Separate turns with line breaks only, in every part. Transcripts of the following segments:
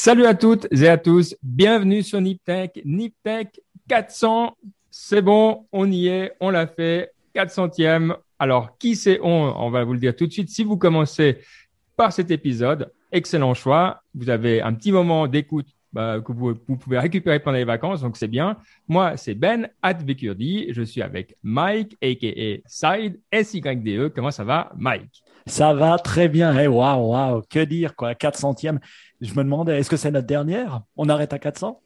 Salut à toutes et à tous, bienvenue sur Niptech. Niptech 400, c'est bon, on y est, on l'a fait, 400e. Alors, qui c'est on va vous le dire tout de suite. Si vous commencez par cet épisode, excellent choix. Vous avez un petit moment d'écoute que vous pouvez récupérer pendant les vacances, donc c'est bien. Moi, c'est Ben, @Vecurdi. Je suis avec Mike, a.k.a. Side, SYDE. Comment ça va, Mike?
Ça va très bien. Hey, waouh, que dire, quoi, 400e. Je me demandais, est-ce que c'est notre dernière? On arrête à 400?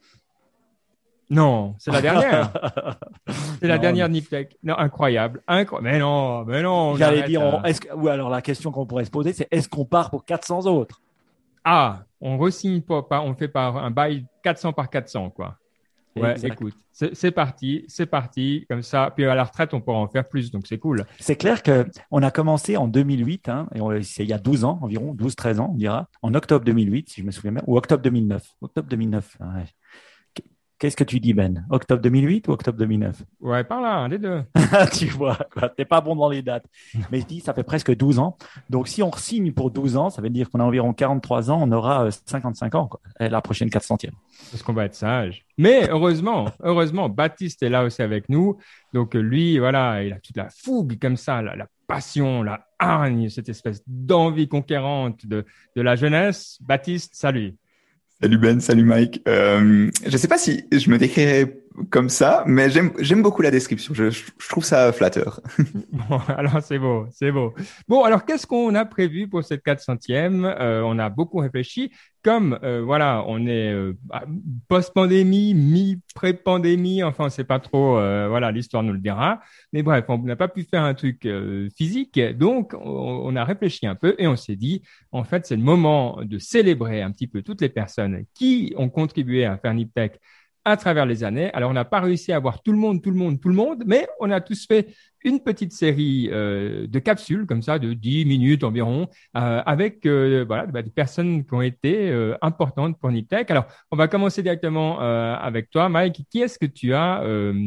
Non, c'est la dernière. C'est la
Non,
dernière Niptech. Non, incroyable. Mais non, on
j'allais
arrête.
dire, ou alors la question qu'on pourrait se poser, c'est est-ce qu'on part pour 400 autres?
Ah, on re-signe pas, on fait par un bail 400 par 400, quoi. Ouais,
Exact.
écoute, c'est parti, comme ça. Puis à la retraite, on pourra en faire plus, donc c'est cool.
C'est clair qu'on a commencé en 2008, hein, c'est il y a 12 ans environ, 12-13 ans, on dira, en octobre 2008, si je me souviens bien, ou octobre 2009. Octobre 2009, ouais. Qu'est-ce que tu dis, Ben? Octobre 2008 ou octobre 2009?
Ouais, par là, un des deux.
Tu vois, quoi, t'es pas bon dans les dates. Mais je dis, ça fait presque 12 ans. Donc, si on signe pour 12 ans, ça veut dire qu'on a environ 43 ans, on aura 55 ans, quoi, la prochaine 400e.
Parce qu'on va être sage. Mais heureusement, Baptiste est là aussi avec nous. Donc lui, voilà, il a toute la fougue comme ça, la passion, la hargne, cette espèce d'envie conquérante de la jeunesse. Baptiste, salut.
Salut Ben, salut Mike. Je sais pas si je me décrirais comme ça, mais j'aime beaucoup la description. Je trouve ça flatteur.
Bon, alors c'est beau, c'est beau. Bon, alors qu'est-ce qu'on a prévu pour cette 400e? On a beaucoup réfléchi. Comme voilà, on est post-pandémie, mi-pré-pandémie, enfin, on sait pas trop, voilà, l'histoire nous le dira. Mais bref, on n'a pas pu faire un truc physique, donc on a réfléchi un peu et on s'est dit, en fait, c'est le moment de célébrer un petit peu toutes les personnes qui ont contribué à faire Niptech à travers les années. Alors, on n'a pas réussi à avoir tout le monde, mais on a tous fait une petite série de capsules comme ça de 10 minutes environ avec voilà, des personnes qui ont été importantes pour Niptech. Alors, on va commencer directement avec toi, Mike. Qui est-ce que tu as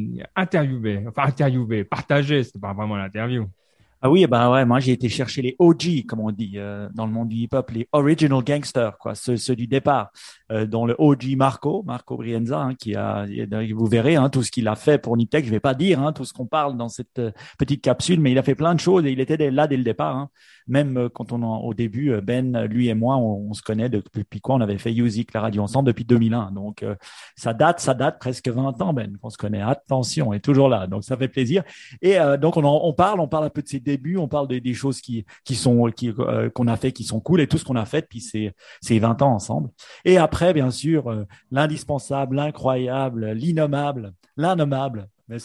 interviewé, partagé, c'était pas vraiment l'interview.
Ah oui, bah ouais, moi j'ai été chercher les OG, comme on dit dans le monde du hip-hop, les original gangsters, quoi, ceux du départ, dont le OG Marco Brienza, hein, vous verrez hein, tout ce qu'il a fait pour Niptech. Je vais pas dire hein, tout ce qu'on parle dans cette petite capsule, mais il a fait plein de choses et il était là dès le départ. Hein. Même quand au début, Ben, lui et moi, on se connaît depuis quoi? On avait fait Music, la radio ensemble depuis 2001. Donc ça date presque 20 ans, Ben, qu'on se connaît. Attention, on est toujours là, donc ça fait plaisir. Et donc on parle un peu de ses débuts, on parle des choses qu'on a fait qui sont cool et tout ce qu'on a fait depuis ces 20 ans ensemble. Et après, bien sûr, l'indispensable, l'incroyable, l'innommable. Mais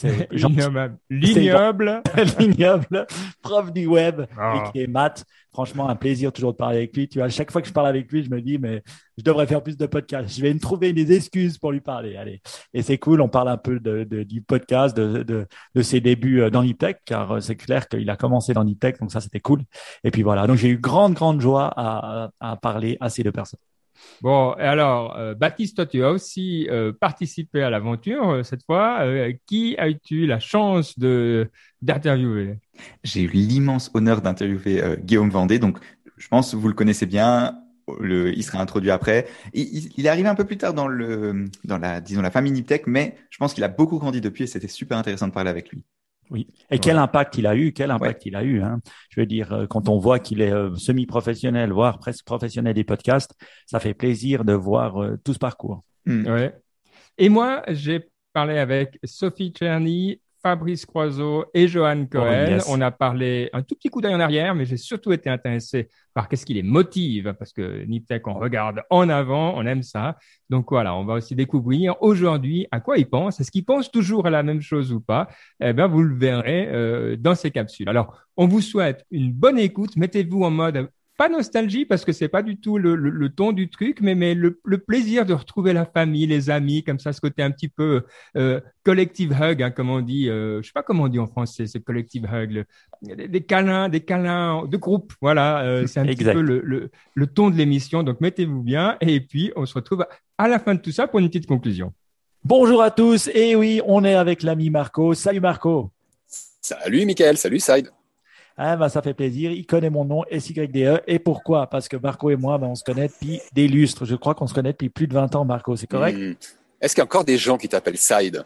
L'ignoble.
l'ignoble, prof du web et
Ah.
qui est maths. Franchement, un plaisir toujours de parler avec lui. Tu vois, à chaque fois que je parle avec lui, je me dis, mais je devrais faire plus de podcasts. Je vais me trouver des excuses pour lui parler. Allez. Et c'est cool. On parle un peu du podcast, de ses débuts dans l'e-tech, car c'est clair qu'il a commencé dans l'e-tech. Donc ça, c'était cool. Et puis voilà. Donc j'ai eu grande joie à parler à ces deux personnes.
Bon, et alors, Baptiste, toi, tu as aussi participé à l'aventure cette fois. Qui as-tu la chance d'interviewer?
J'ai eu l'immense honneur d'interviewer Guillaume Vendée. Donc, je pense que vous le connaissez bien. Il sera introduit après. Il est arrivé un peu plus tard disons, la famille Niptech, mais je pense qu'il a beaucoup grandi depuis et c'était super intéressant de parler avec lui.
Oui. Et
Ouais.
quel
Ouais.
impact il a eu, hein. Je veux dire, quand on voit qu'il est semi-professionnel, voire presque professionnel des podcasts, ça fait plaisir de voir tout ce parcours.
Hmm.
Ouais. Et moi, j'ai parlé avec Sophie Czerny, Fabrice Croiseau et Johan
Oh
Cohen.
yes.
On a parlé un tout petit coup d'œil en arrière, mais j'ai surtout été intéressé par qu'est-ce qui les motive, parce que Niptech, on regarde en avant, on aime ça. Donc voilà, on va aussi découvrir aujourd'hui à quoi ils pensent. Est-ce qu'ils pensent toujours à la même chose ou pas? Eh bien, vous le verrez dans ces capsules. Alors, on vous souhaite une bonne écoute. Mettez-vous en mode pas nostalgie parce que c'est pas du tout le ton du truc, mais le plaisir de retrouver la famille, les amis, comme ça, ce côté un petit peu collective hug, hein, comme on dit. Je sais pas comment on dit en français, c'est collective hug, des câlins de groupe. Voilà, c'est un petit peu
Exact.
le ton de l'émission. Donc mettez-vous bien et puis on se retrouve à la fin de tout ça pour une petite conclusion.
Bonjour à tous. Et oui, on est avec l'ami Marco. Salut Marco.
Salut Mickaël, salut Side.
Ah, ben, ça fait plaisir. Il connaît mon nom, SYDE. Et pourquoi? Parce que Marco et moi, ben, on se connaît depuis des lustres. Je crois qu'on se connaît depuis plus de 20 ans, Marco. C'est correct?
Est-ce qu'il y a encore des gens qui t'appellent Side?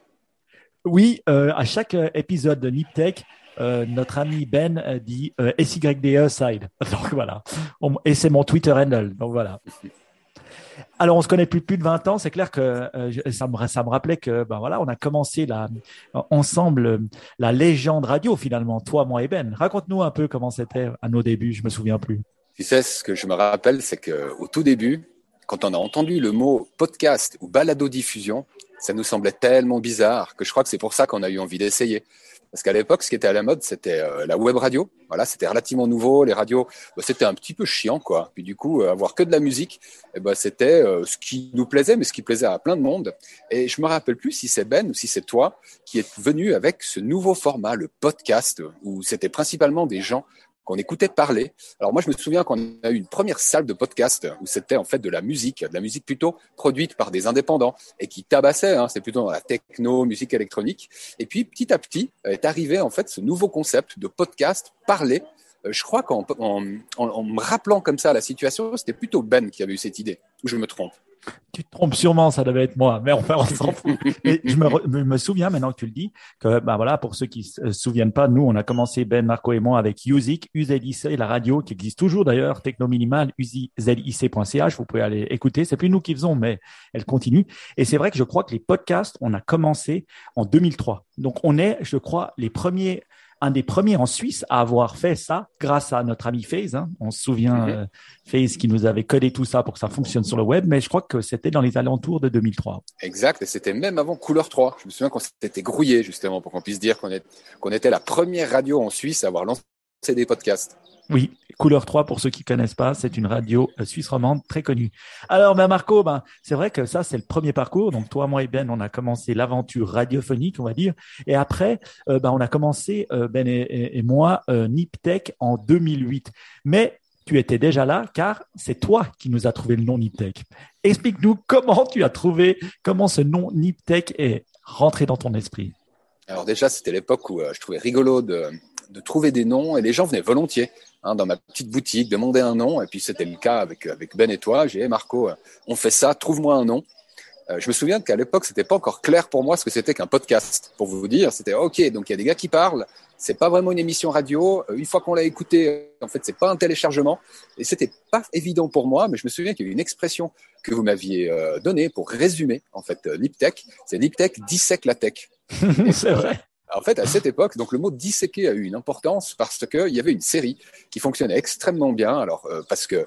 Oui, à chaque épisode de NipTech, notre ami Ben dit SYDE side. Donc voilà. Et c'est mon Twitter handle. Donc voilà. Alors, on se connaît depuis plus de 20 ans. C'est clair que ça me rappelait que, ben voilà, on a commencé ensemble la légende radio finalement, toi, moi et Ben. Raconte-nous un peu comment c'était à nos débuts. Je me souviens plus.
Tu sais, ce que je me rappelle, c'est qu'au tout début, quand on a entendu le mot podcast ou balado-diffusion, ça nous semblait tellement bizarre que je crois que c'est pour ça qu'on a eu envie d'essayer. Parce qu'à l'époque, ce qui était à la mode, c'était la web radio. Voilà, c'était relativement nouveau. Les radios, c'était un petit peu chiant, quoi. Puis du coup, avoir que de la musique, c'était ce qui nous plaisait, mais ce qui plaisait à plein de monde. Et je me rappelle plus si c'est Ben ou si c'est toi qui est venu avec ce nouveau format, le podcast, où c'était principalement des gens qu'on écoutait parler. Alors moi, je me souviens qu'on a eu une première salle de podcast où c'était en fait de la musique plutôt produite par des indépendants et qui tabassait. Hein, c'est plutôt dans la techno, musique électronique. Et puis petit à petit est arrivé en fait ce nouveau concept de podcast parlé. Je crois qu'en me rappelant comme ça la situation, c'était plutôt Ben qui avait eu cette idée. Ou je me trompe?
Tu te trompes sûrement, ça devait être moi, mais enfin, on s'en fout. Et je me souviens maintenant que tu le dis, que ben voilà, pour ceux qui se souviennent pas, nous, on a commencé, Ben, Marco et moi, avec Uzik, UZIC, la radio, qui existe toujours d'ailleurs, Techno Minimal, uzic.ch, vous pouvez aller écouter. C'est plus nous qui faisons, mais elle continue. Et c'est vrai que je crois que les podcasts, on a commencé en 2003. Donc, on est, je crois, un des premiers en Suisse à avoir fait ça grâce à notre ami FaZe. Hein. On se souvient, FaZe qui nous avait codé tout ça pour que ça fonctionne sur le web, mais je crois que c'était dans les alentours de 2003.
Exact, et c'était même avant Couleur 3. Je me souviens qu'on s'était grouillé justement pour qu'on puisse dire qu'on était la première radio en Suisse à avoir lancé des podcasts.
Oui, Couleur 3, pour ceux qui connaissent pas, c'est une radio suisse romande très connue. Alors, Marco, c'est vrai que ça, c'est le premier parcours. Donc, toi, moi et Ben, on a commencé l'aventure radiophonique, on va dire. Et après, on a commencé, Ben et moi, NipTech en 2008. Mais tu étais déjà là, car c'est toi qui nous as trouvé le nom NipTech. Explique-nous comment ce nom NipTech est rentré dans ton esprit.
Alors déjà, c'était l'époque où je trouvais rigolo de trouver des noms et les gens venaient volontiers dans ma petite boutique demander un nom. Et puis c'était le cas avec Ben et toi. J'ai dit, Marco, on fait ça, trouve-moi un nom. Je me souviens qu'à l'époque, c'était pas encore clair pour moi ce que c'était qu'un podcast. Pour vous dire, c'était OK, donc il y a des gars qui parlent. C'est pas vraiment une émission radio. Une fois qu'on l'a écouté, en fait, c'est pas un téléchargement. Et c'était pas évident pour moi, mais je me souviens qu'il y a eu une expression que vous m'aviez donnée pour résumer, en fait, NipTech. C'est NipTech dissèque la tech.
C'est vrai.
En fait, à cette époque, donc le mot disséquer a eu une importance parce que il y avait une série qui fonctionnait extrêmement bien. Alors parce que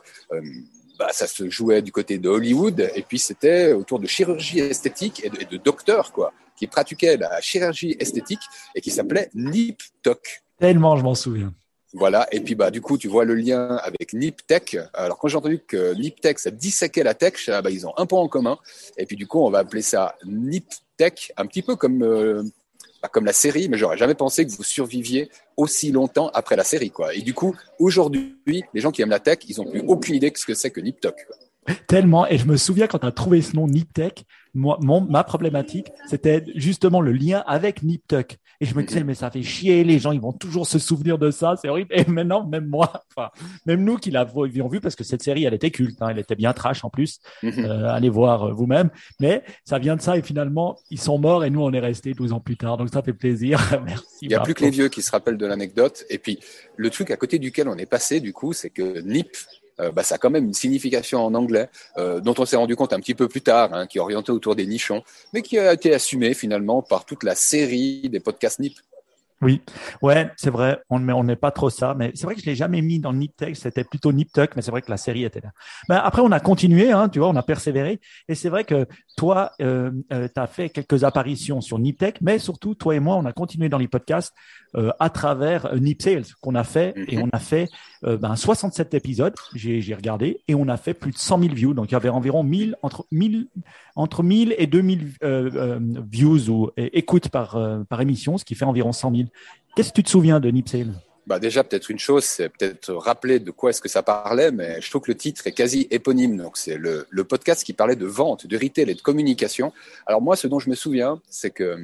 ça se jouait du côté de Hollywood et puis c'était autour de chirurgie esthétique et de docteurs quoi qui pratiquaient la chirurgie esthétique et qui s'appelait NipTech.
Tellement, je m'en souviens.
Voilà, et puis du coup, tu vois le lien avec NipTech. Alors quand j'ai entendu que NipTech, ça disséquait la tech, ils ont un point en commun. Et puis du coup, on va appeler ça NipTech, un petit peu comme la série, mais j'aurais jamais pensé que vous surviviez aussi longtemps après la série, quoi. Et du coup, aujourd'hui, les gens qui aiment la tech, ils ont plus aucune idée de ce que c'est que NipTech, quoi.
Tellement, et je me souviens quand tu as trouvé ce nom NipTech, ma problématique, c'était justement le lien avec NipTech. Et je me disais, mais ça fait chier, les gens, ils vont toujours se souvenir de ça, c'est horrible. Et maintenant, même moi, même nous qui l'avions vu, parce que cette série, elle était culte, hein, elle était bien trash en plus, allez voir vous-même. Mais ça vient de ça, et finalement, ils sont morts, et nous, on est restés 12 ans plus tard. Donc ça fait plaisir. Merci.
Il n'y a plus que les vieux qui se rappellent de l'anecdote. Et puis, le truc à côté duquel on est passé, du coup, c'est que Nip, ça a quand même une signification en anglais dont on s'est rendu compte un petit peu plus tard, qui est orienté autour des nichons, mais qui a été assumé finalement par toute la série des podcasts NIP.
Oui, ouais, c'est vrai, on n'est pas trop ça, mais c'est vrai que je l'ai jamais mis dans NipTech, c'était plutôt NipTech, mais c'est vrai que la série était là. Après, on a continué, tu vois, on a persévéré, et c'est vrai que toi, tu as fait quelques apparitions sur NipTech, mais surtout, toi et moi, on a continué dans les podcasts à travers NipSales qu'on a fait, et on a fait 67 épisodes, j'ai regardé, et on a fait plus de 100 000 views, donc il y avait environ entre 1000 et 2000 views ou écoutes par émission, ce qui fait environ 100 000. Qu'est-ce que tu te souviens de NipSales ?
Déjà, peut-être une chose, c'est peut-être rappeler de quoi est-ce que ça parlait, mais je trouve que le titre est quasi éponyme. Donc, c'est le podcast qui parlait de vente, de retail et de communication. Alors moi, ce dont je me souviens, c'est que il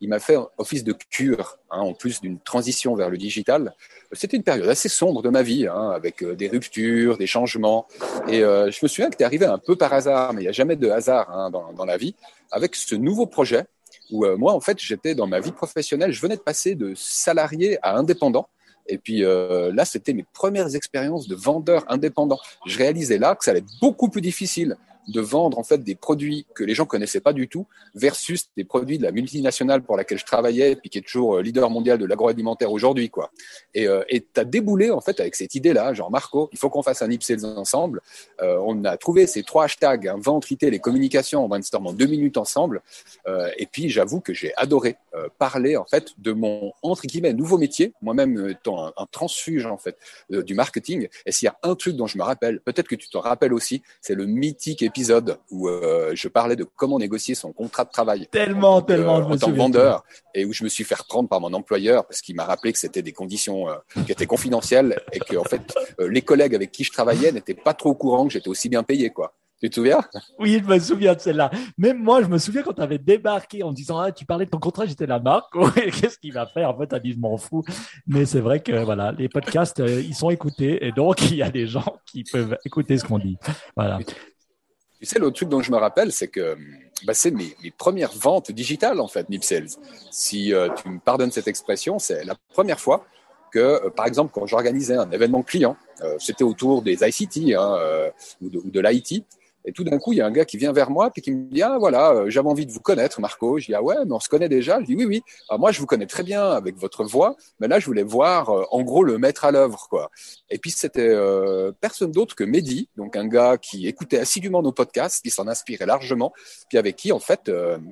il m'a fait office de cure, en plus d'une transition vers le digital. C'était une période assez sombre de ma vie, avec des ruptures, des changements. Et je me souviens que t'es arrivé un peu par hasard, mais il n'y a jamais de hasard dans la vie, avec ce nouveau projet où moi, en fait, j'étais dans ma vie professionnelle, je venais de passer de salarié à indépendant. Et puis là, c'était mes premières expériences de vendeur indépendant. Je réalisais là que ça allait être beaucoup plus difficile de vendre en fait des produits que les gens connaissaient pas du tout versus des produits de la multinationale pour laquelle je travaillais et puis qui est toujours leader mondial de l'agroalimentaire aujourd'hui, quoi. Et t'as déboulé en fait avec cette idée-là, genre Marco, il faut qu'on fasse un Ipsales ensemble. On a trouvé ces 3 hashtags, vente, retail et communication, en brainstorm en 2 minutes ensemble. Et puis j'avoue que j'ai adoré parler en fait de mon entre guillemets nouveau métier, moi-même étant un transfuge en fait du marketing. Et s'il y a un truc dont je me rappelle, peut-être que tu t'en rappelles aussi, c'est le mythique épisode où je parlais de comment négocier son contrat de travail
Tellement,
en
je me
tant que
souviens.
vendeur, et où je me suis fait reprendre par mon employeur parce qu'il m'a rappelé que c'était des conditions qui étaient confidentielles et que en fait les collègues avec qui je travaillais n'étaient pas trop au courant que j'étais aussi bien payé, quoi. Tu te souviens?
Oui, je me souviens de celle-là. Même moi, je me souviens quand tu avais débarqué en disant tu parlais de ton contrat, j'étais là, Marco, qu'est-ce qu'il va faire? En fait, tu as dit, je m'en fous. Mais c'est vrai que voilà, les podcasts, ils sont écoutés et donc il y a des gens qui peuvent écouter ce qu'on dit. Voilà.
Tu sais, l'autre truc dont je me rappelle, c'est que c'est mes premières ventes digitales, en fait, Nipsales. Si tu me pardonnes cette expression, c'est la première fois que, par exemple, quand j'organisais un événement client, c'était autour des ICT ou de l'IT, et tout d'un coup, il y a un gars qui vient vers moi et qui me dit « Ah voilà, j'avais envie de vous connaître, Marco. » Je dis « Ah ouais, mais on se connaît déjà ?» Je dis « Oui, oui. Alors moi, je vous connais très bien avec votre voix, mais là, je voulais voir, en gros, le mettre à l'œuvre, quoi. » Et puis, c'était personne d'autre que Mehdi, donc un gars qui écoutait assidûment nos podcasts, qui s'en inspirait largement, puis avec qui, en fait,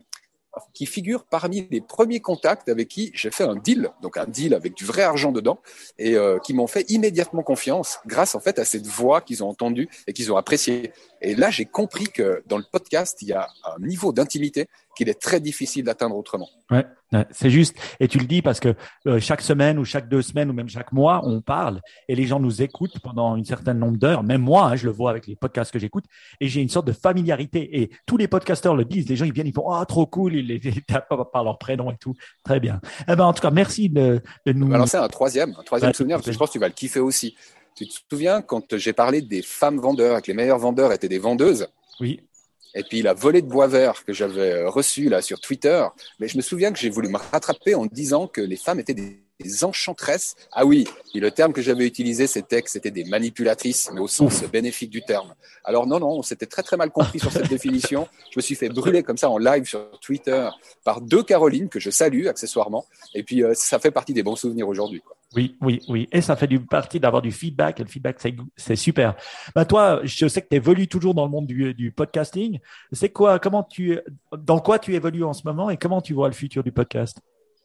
qui figure parmi les premiers contacts avec qui j'ai fait un deal, donc un deal avec du vrai argent dedans, et qui m'ont fait immédiatement confiance grâce en fait à cette voix qu'ils ont entendue et qu'ils ont appréciée. Et là, j'ai compris que dans le podcast, il y a un niveau d'intimité qu'il est très difficile d'atteindre autrement.
Ouais, c'est juste. Et tu le dis parce que chaque semaine ou chaque 2 semaines ou même chaque mois, on parle et les gens nous écoutent pendant une certaine nombre d'heures. Même moi, je le vois avec les podcasts que j'écoute et j'ai une sorte de familiarité. Et tous les podcasteurs le disent. Les gens, ils viennent, ils font « Ah, trop cool », ils les tapent par leur prénom et tout. Très bien. Eh ben, en tout cas, merci de nous…
On va lancer un troisième souvenir parce que je pense que tu vas le kiffer aussi. Tu te souviens quand j'ai parlé des femmes vendeurs et que les meilleurs vendeurs étaient des vendeuses?
Oui.
Et puis la volée de bois vert que j'avais reçue là sur Twitter, mais je me souviens que j'ai voulu me rattraper en disant que les femmes étaient des enchantresses. Ah oui, et le terme que j'avais utilisé, c'était que c'était des manipulatrices, mais au sens bénéfique du terme. Alors non, on s'était très très mal compris sur cette définition. Je me suis fait brûler comme ça en live sur Twitter par 2 Caroline que je salue accessoirement. Et puis ça fait partie des bons souvenirs aujourd'hui, quoi.
Oui. Et ça fait partie d'avoir du feedback. Et le feedback, c'est super. Bah, toi, je sais que tu évolues toujours dans le monde du podcasting. C'est quoi, dans quoi tu évolues en ce moment et comment tu vois le futur du podcast?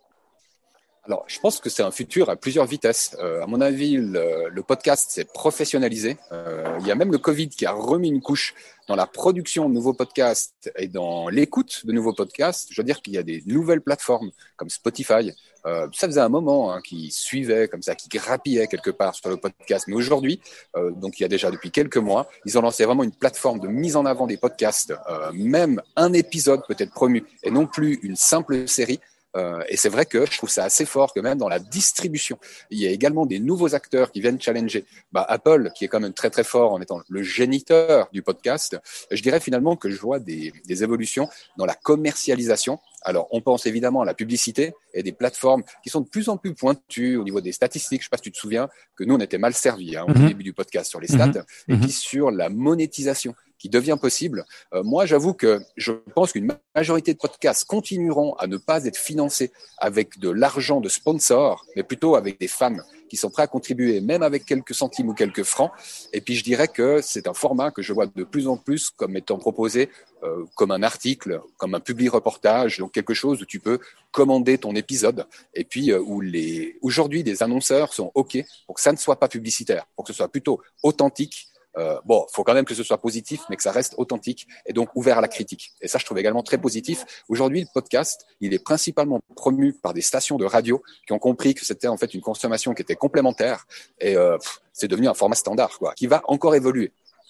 Alors, je pense que c'est un futur à plusieurs vitesses. À mon avis, le podcast s'est professionnalisé. Il y a même le Covid qui a remis une couche dans la production de nouveaux podcasts et dans l'écoute de nouveaux podcasts. Je veux dire qu'il y a des nouvelles plateformes comme Spotify. Ça faisait un moment qui suivait comme ça, qui grappillait quelque part sur le podcast. Mais aujourd'hui, donc il y a déjà depuis quelques mois, ils ont lancé vraiment une plateforme de mise en avant des podcasts. Même un épisode peut être promu et non plus une simple série. Et c'est vrai que je trouve ça assez fort que même dans la distribution, il y a également des nouveaux acteurs qui viennent challenger. Apple, qui est quand même très très fort en étant le géniteur du podcast, je dirais finalement que je vois des évolutions dans la commercialisation. Alors, on pense évidemment à la publicité et des plateformes qui sont de plus en plus pointues au niveau des statistiques. Je ne sais pas si tu te souviens que nous, on était mal servis au début du podcast sur les stats et puis sur la monétisation qui devient possible. Moi, j'avoue que je pense qu'une majorité de podcasts continueront à ne pas être financés avec de l'argent de sponsors, mais plutôt avec des fans qui sont prêts à contribuer, même avec quelques centimes ou quelques francs. Et puis, je dirais que c'est un format que je vois de plus en plus comme étant proposé comme un article, comme un publi-reportage, donc quelque chose où tu peux commander ton épisode et puis où aujourd'hui, des annonceurs sont OK pour que ça ne soit pas publicitaire, pour que ce soit plutôt authentique. Faut quand même que ce soit positif, mais que ça reste authentique et donc ouvert à la critique. Et ça, je trouve également très positif. Aujourd'hui, le podcast, il est principalement promu par des stations de radio qui ont compris que c'était en fait une consommation qui était complémentaire et c'est devenu un format standard, quoi, qui va encore évoluer.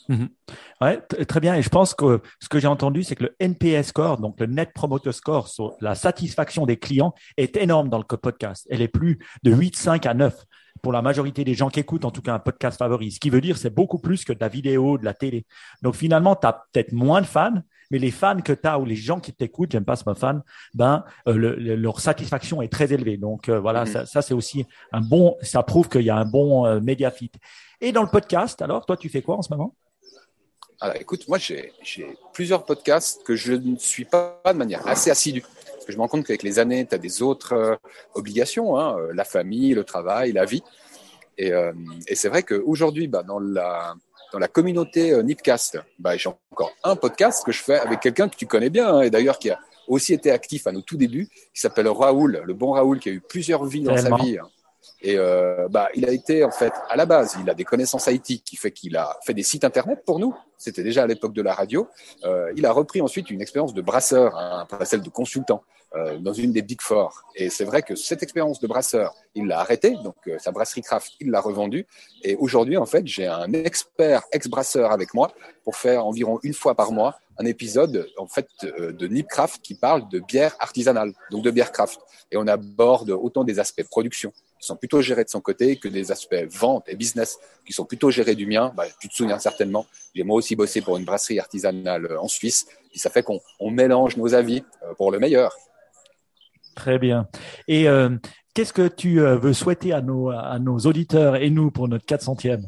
Mhm. Ouais, très bien. Et je pense que ce que j'ai entendu, c'est que le NPS score, donc le Net Promoter Score, sur la satisfaction des clients est énorme dans le podcast. Elle est plus de 8,5 à 9 pour la majorité des gens qui écoutent, en tout cas un podcast favori. Ce qui veut dire c'est beaucoup plus que de la vidéo, de la télé. Donc finalement, tu as peut-être moins de fans, mais les fans que tu as ou les gens qui t'écoutent, j'aime pas ce mot fan, leur satisfaction est très élevée. Donc voilà, ça c'est aussi un bon, ça prouve qu'il y a un bon média fit. Et dans le podcast, alors, toi, tu fais quoi en ce moment?
Alors, écoute, moi, j'ai plusieurs podcasts que je ne suis pas de manière assez assidue. Parce que je me rends compte qu'avec les années, tu as des autres obligations, hein, la famille, le travail, la vie. Et c'est vrai qu'aujourd'hui, dans la communauté Nipcast, j'ai encore un podcast que je fais avec quelqu'un que tu connais bien, hein, et d'ailleurs qui a aussi été actif à nos tout débuts, qui s'appelle Raoul, le bon Raoul, qui a eu plusieurs vies dans sa vie. Hein. Et il a été, en fait, à la base, il a des connaissances IT qui fait qu'il a fait des sites internet pour nous. C'était déjà à l'époque de la radio. Il a repris ensuite une expérience de brasseur, hein, pas celle de consultant, dans une des Big Four. Et c'est vrai que cette expérience de brasseur, il l'a arrêtée. Donc, sa brasserie craft, il l'a revendue. Et aujourd'hui, en fait, j'ai un expert ex-brasseur avec moi pour faire environ une fois par mois un épisode, en fait, de Nipcraft qui parle de bière artisanale, donc de bière craft. Et on aborde autant des aspects production qui sont plutôt gérés de son côté que des aspects vente et business qui sont plutôt gérés du mien. Tu te souviens certainement, j'ai moi aussi bossé pour une brasserie artisanale en Suisse, et ça fait qu'on mélange nos avis pour le meilleur.
Très bien. Et qu'est-ce que tu veux souhaiter à nos auditeurs et nous pour notre 400e?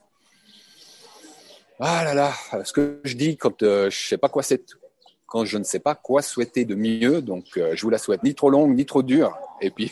Ah là là, ce que je dis quand quand je ne sais pas quoi souhaiter de mieux, donc je vous la souhaite ni trop longue ni trop dure. Et puis,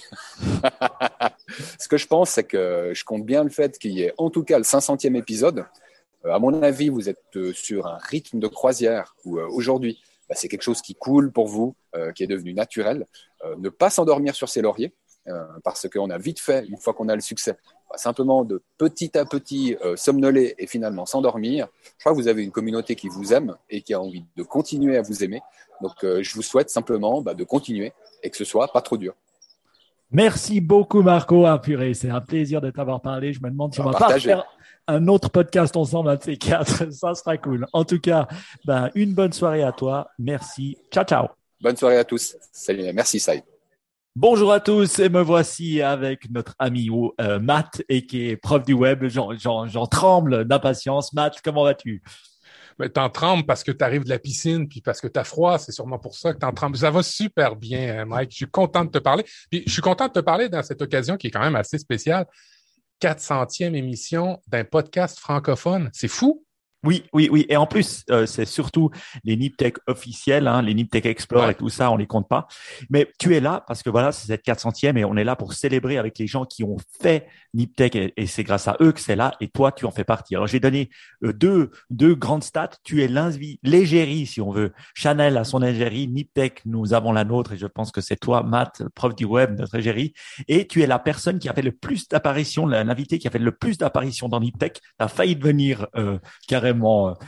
ce que je pense, c'est que je compte bien le fait qu'il y ait en tout cas le 500e épisode. À mon avis, vous êtes sur un rythme de croisière où aujourd'hui, c'est quelque chose qui coule pour vous, qui est devenu naturel. Ne pas s'endormir sur ses lauriers, parce qu'on a vite fait, une fois qu'on a le succès, simplement de petit à petit somnoler et finalement s'endormir. Je crois que vous avez une communauté qui vous aime et qui a envie de continuer à vous aimer. Donc, je vous souhaite simplement de continuer et que ce soit pas trop dur.
Merci beaucoup, Marco. Ah, purée, c'est un plaisir de t'avoir parlé. Je me demande si on va pas faire un autre podcast ensemble, un de ces quatre. Ça sera cool. En tout cas, une bonne soirée à toi. Merci. Ciao, ciao.
Bonne soirée à tous. Salut. Merci, Saïd.
Bonjour à tous, et me voici avec notre ami Matt, et qui est prof du web. J'en tremble d'impatience. Matt, comment vas-tu?
Mais t'en trembles parce que tu arrives de la piscine, puis parce que t'as froid, c'est sûrement pour ça que t'en trembles. Ça va super bien, Mike. Je suis content de te parler. Puis je suis content de te parler dans cette occasion qui est quand même assez spéciale. 400e émission d'un podcast francophone. C'est fou.
Oui. Et en plus, c'est surtout les Niptech officiels, hein, les Niptech Explore et tout ça, on les compte pas. Mais tu es là parce que voilà, c'est cette 400e et on est là pour célébrer avec les gens qui ont fait Niptech et c'est grâce à eux que c'est là et toi, tu en fais partie. Alors, j'ai donné deux grandes stats. Tu es l'égérie, si on veut. Chanel a son égérie, Niptech, nous avons la nôtre et je pense que c'est toi, Matt, prof du web, notre égérie. Et tu es la personne qui a fait le plus d'apparitions, l'invité qui a fait le plus d'apparitions dans Niptech. Tu as failli devenir carrément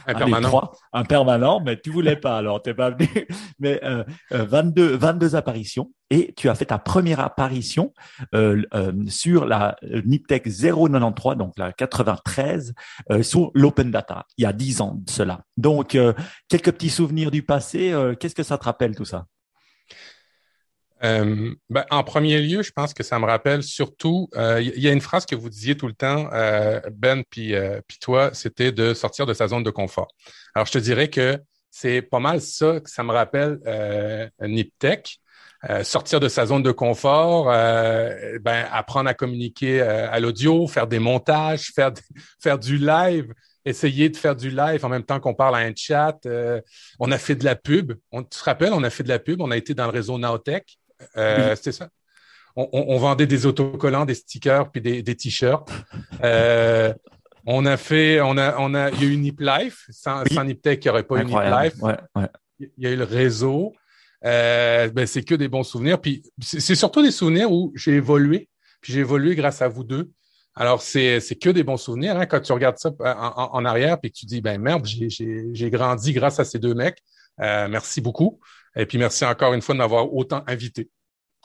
un permanent, mais tu voulais pas, alors t'es pas venu. Mais 22 apparitions, et tu as fait ta première apparition sur la Niptech 093, donc la 93, sur l'open data, il y a 10 ans de cela. Donc quelques petits souvenirs du passé. Qu'est-ce que ça te rappelle tout ça?
En premier lieu, je pense que ça me rappelle surtout, il y a une phrase que vous disiez tout le temps, Ben puis toi, c'était de sortir de sa zone de confort. Alors, je te dirais que c'est pas mal ça que ça me rappelle Niptech. Sortir de sa zone de confort, apprendre à communiquer à l'audio, faire des montages, faire du live, essayer de faire du live en même temps qu'on parle à un chat. On a fait de la pub. Tu te rappelles, on a fait de la pub. On a été dans le réseau Nowtech. C'était ça. On vendait des autocollants, des stickers puis des t-shirts. Il y a eu Nip Life. Sans Niptech, il n'y aurait pas eu Nip Life.
Ouais.
Il y a eu le réseau. C'est que des bons souvenirs. Puis c'est surtout des souvenirs où j'ai évolué. Puis j'ai évolué grâce à vous deux. Alors c'est que des bons souvenirs, hein, quand tu regardes ça en arrière puis que tu dis merde, j'ai grandi grâce à ces deux mecs. Merci beaucoup. Et puis merci encore une fois de m'avoir autant invité.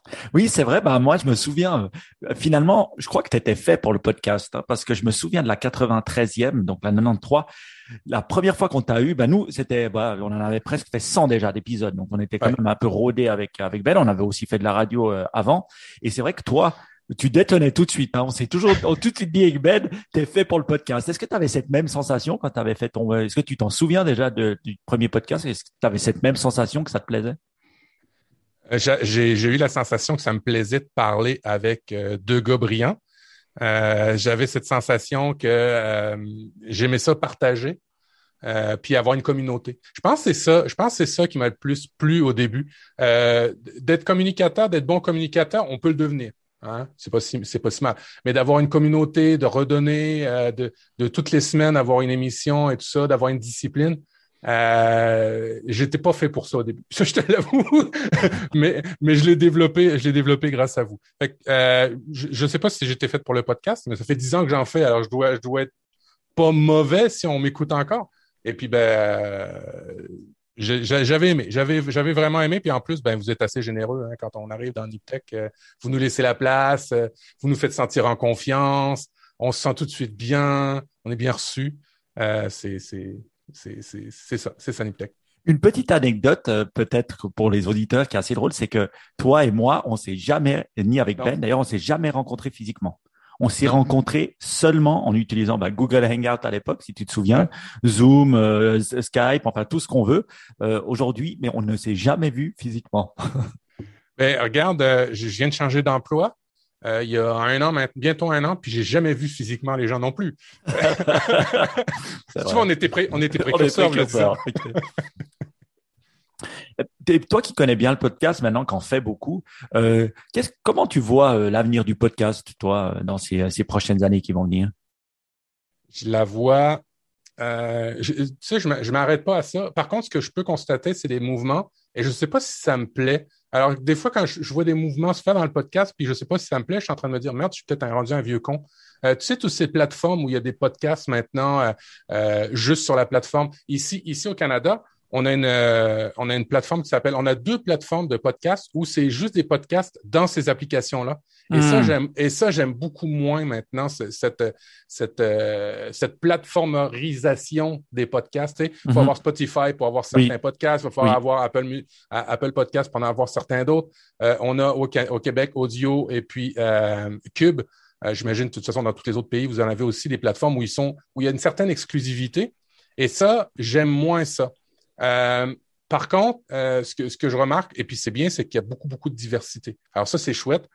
Oui, c'est vrai. Bah, moi, je me souviens, finalement, je crois que tu étais fait pour le podcast, hein, parce que je me souviens de la 93e, donc la 93. La première fois qu'on t'a eu, bah, nous, c'était, bah, on en avait presque fait 100 déjà d'épisodes. Donc, on était quand
Ouais.
même un peu rodés avec Ben. On avait aussi fait de la radio avant. Et c'est vrai que toi, tu détonnais tout de suite, hein. On tout de suite dit avec Ben, t'es fait pour le podcast. Est-ce que tu avais cette même sensation quand tu avais fait est-ce que tu t'en souviens déjà du premier podcast? Est-ce que tu avais cette même sensation que ça te plaisait?
J'ai eu la sensation que ça me plaisait de parler avec deux gars brillants. J'avais cette sensation que j'aimais ça partager, puis avoir une communauté. Je pense que c'est ça. Je pense que c'est ça qui m'a le plus plu au début. D'être communicateur, d'être bon communicateur, on peut le devenir. Hein? C'est pas si mal. Mais d'avoir une communauté, de redonner, de toutes les semaines avoir une émission et tout ça, d'avoir une discipline. J'étais pas fait pour ça au début. Ça, je te l'avoue. mais je l'ai développé grâce à vous. Fait que, je sais pas si j'étais fait pour le podcast, mais ça fait 10 ans que j'en fais, alors je dois être pas mauvais si on m'écoute encore. Et puis, j'avais aimé. J'avais vraiment aimé. Puis en plus, ben, vous êtes assez généreux, hein, quand on arrive dans Niptech. Vous nous laissez la place, vous nous faites sentir en confiance. On se sent tout de suite bien. On est bien reçu. C'est ça, Niptech.
Une petite anecdote, peut-être pour les auditeurs, qui est assez drôle, c'est que toi et moi, on s'est jamais, ni avec
Non,
Ben, d'ailleurs, on s'est jamais rencontrés physiquement. On s'est
non.
rencontrés seulement en utilisant Google Hangout à l'époque, si tu te souviens,
Ouais.
Zoom, Skype, enfin tout ce qu'on veut aujourd'hui, mais on ne s'est jamais vu physiquement.
Ben, regarde, je viens de changer d'emploi. Il y a un an, bientôt un an, puis j'ai jamais vu physiquement les gens non plus.
C'est
Tu vois,
vrai.
on était
On est
précurseurs, là, disons.
précurseurs. Toi qui connais bien le podcast maintenant, qu'en fais beaucoup, comment tu vois l'avenir du podcast, toi, dans ces prochaines années qui vont venir?
Je la vois. Tu sais, je m'arrête pas à ça. Par contre, ce que je peux constater, c'est des mouvements, et je sais pas si ça me plaît. Alors, des fois, quand je vois des mouvements se faire dans le podcast, puis je sais pas si ça me plaît, je suis en train de me dire, merde, je suis peut-être rendu un vieux con. Tu sais, toutes ces plateformes où il y a des podcasts maintenant, juste sur la plateforme. Ici au Canada, on a une plateforme qui s'appelle, on a deux plateformes de podcasts où c'est juste des podcasts dans ces applications-là.
Hmm.
Et ça, j'aime beaucoup moins maintenant, cette plateformerisation des podcasts. Il faut
Mhm.
avoir Spotify pour avoir certains
Oui,
podcasts, il va falloir
oui.
avoir Apple Podcasts pour en avoir certains d'autres. On a au Québec Audio et puis Cube. J'imagine, de toute façon, dans tous les autres pays, vous en avez aussi des plateformes où il y a une certaine exclusivité. Et ça, j'aime moins ça. Euh, Par contre, ce que je remarque, et puis c'est bien, c'est qu'il y a beaucoup, beaucoup de diversité. Alors ça, c'est chouette.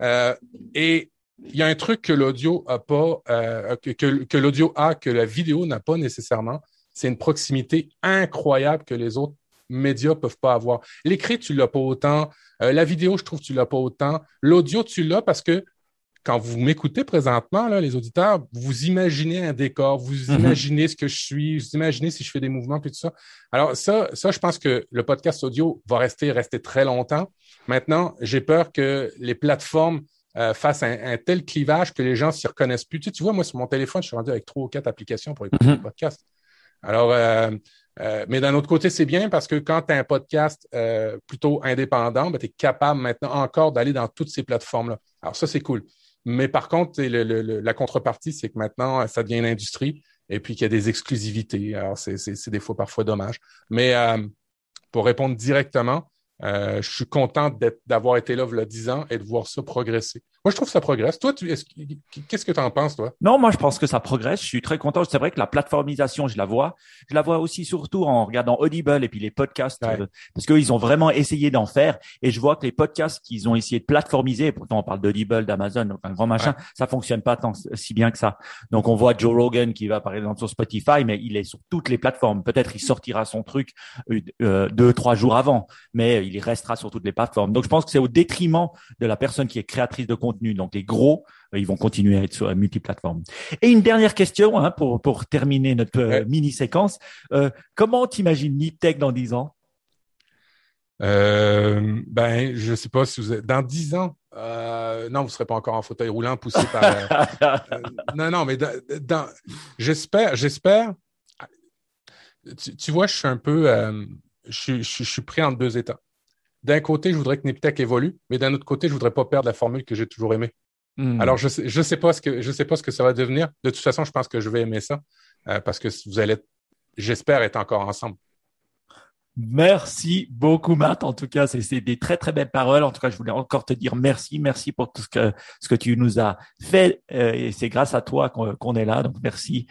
Et il y a un truc que l'audio a pas, que l'audio a, que la vidéo n'a pas nécessairement. C'est une proximité incroyable que les autres médias peuvent pas avoir. L'écrit, tu l'as pas autant. La vidéo, je trouve, tu l'as pas autant. L'audio, tu l'as parce que quand vous m'écoutez présentement, là, les auditeurs, vous imaginez un décor, vous
Mhm.
imaginez ce que je suis, vous imaginez si je fais des mouvements, puis tout ça. Alors ça, je pense que le podcast audio va rester très longtemps. Maintenant, j'ai peur que les plateformes fassent un tel clivage que les gens s'y reconnaissent plus. Tu vois, moi, sur mon téléphone, je suis rendu avec 3 ou 4 applications pour écouter des
Mhm.
podcasts. Alors, mais d'un autre côté, c'est bien parce que quand tu as un podcast plutôt indépendant, ben, tu es capable maintenant encore d'aller dans toutes ces plateformes-là. Alors ça, c'est cool. Mais par contre, la contrepartie, c'est que maintenant, ça devient une industrie et puis qu'il y a des exclusivités. Alors, c'est des fois parfois dommage. Mais pour répondre directement, je suis content d'avoir été là il y a 10 ans et de voir ça progresser. Moi, je trouve que ça progresse. Toi, qu'est-ce que tu en penses, toi?
Non, moi je pense que ça progresse. Je suis très content. C'est vrai que la plateformisation, je la vois. Je la vois aussi surtout en regardant Audible et puis les podcasts,
Ouais.
parce qu'eux, ils ont vraiment essayé d'en faire. Et je vois que les podcasts qu'ils ont essayé de plateformiser, pourtant on parle d'Audible, d'Amazon, donc un grand machin,
Ouais.
ça fonctionne pas tant si bien que ça. Donc on voit Joe Rogan qui va par exemple sur Spotify, mais il est sur toutes les plateformes. Peut-être il sortira son truc 2, 3 jours avant, mais il restera sur toutes les plateformes. Donc je pense que c'est au détriment de la personne qui est créatrice de contenu. Donc les gros, ils vont continuer à être sur multiplateforme. Et une dernière question hein, pour terminer notre
Ouais.
mini-séquence. Comment t'imagines Niptech dans 10 ans?
Ben, je sais pas si vous êtes dans 10 ans. Non, vous serez pas encore en fauteuil roulant poussé par. Non, non, mais j'espère. Tu vois, je suis un peu, je suis pris entre deux états. d'un côté, je voudrais que Niptech évolue, mais d'un autre côté, je voudrais pas perdre la formule que j'ai toujours aimée. Alors, je sais pas ce que ça va devenir. De toute façon, je pense que je vais aimer ça parce que vous allez, j'espère, être encore ensemble.
Merci beaucoup, Matt. En tout cas, c'est des très, très belles paroles. En tout cas, je voulais encore te dire merci. Merci pour tout ce que tu nous as fait. Et c'est grâce à toi qu'on est là. Donc, merci.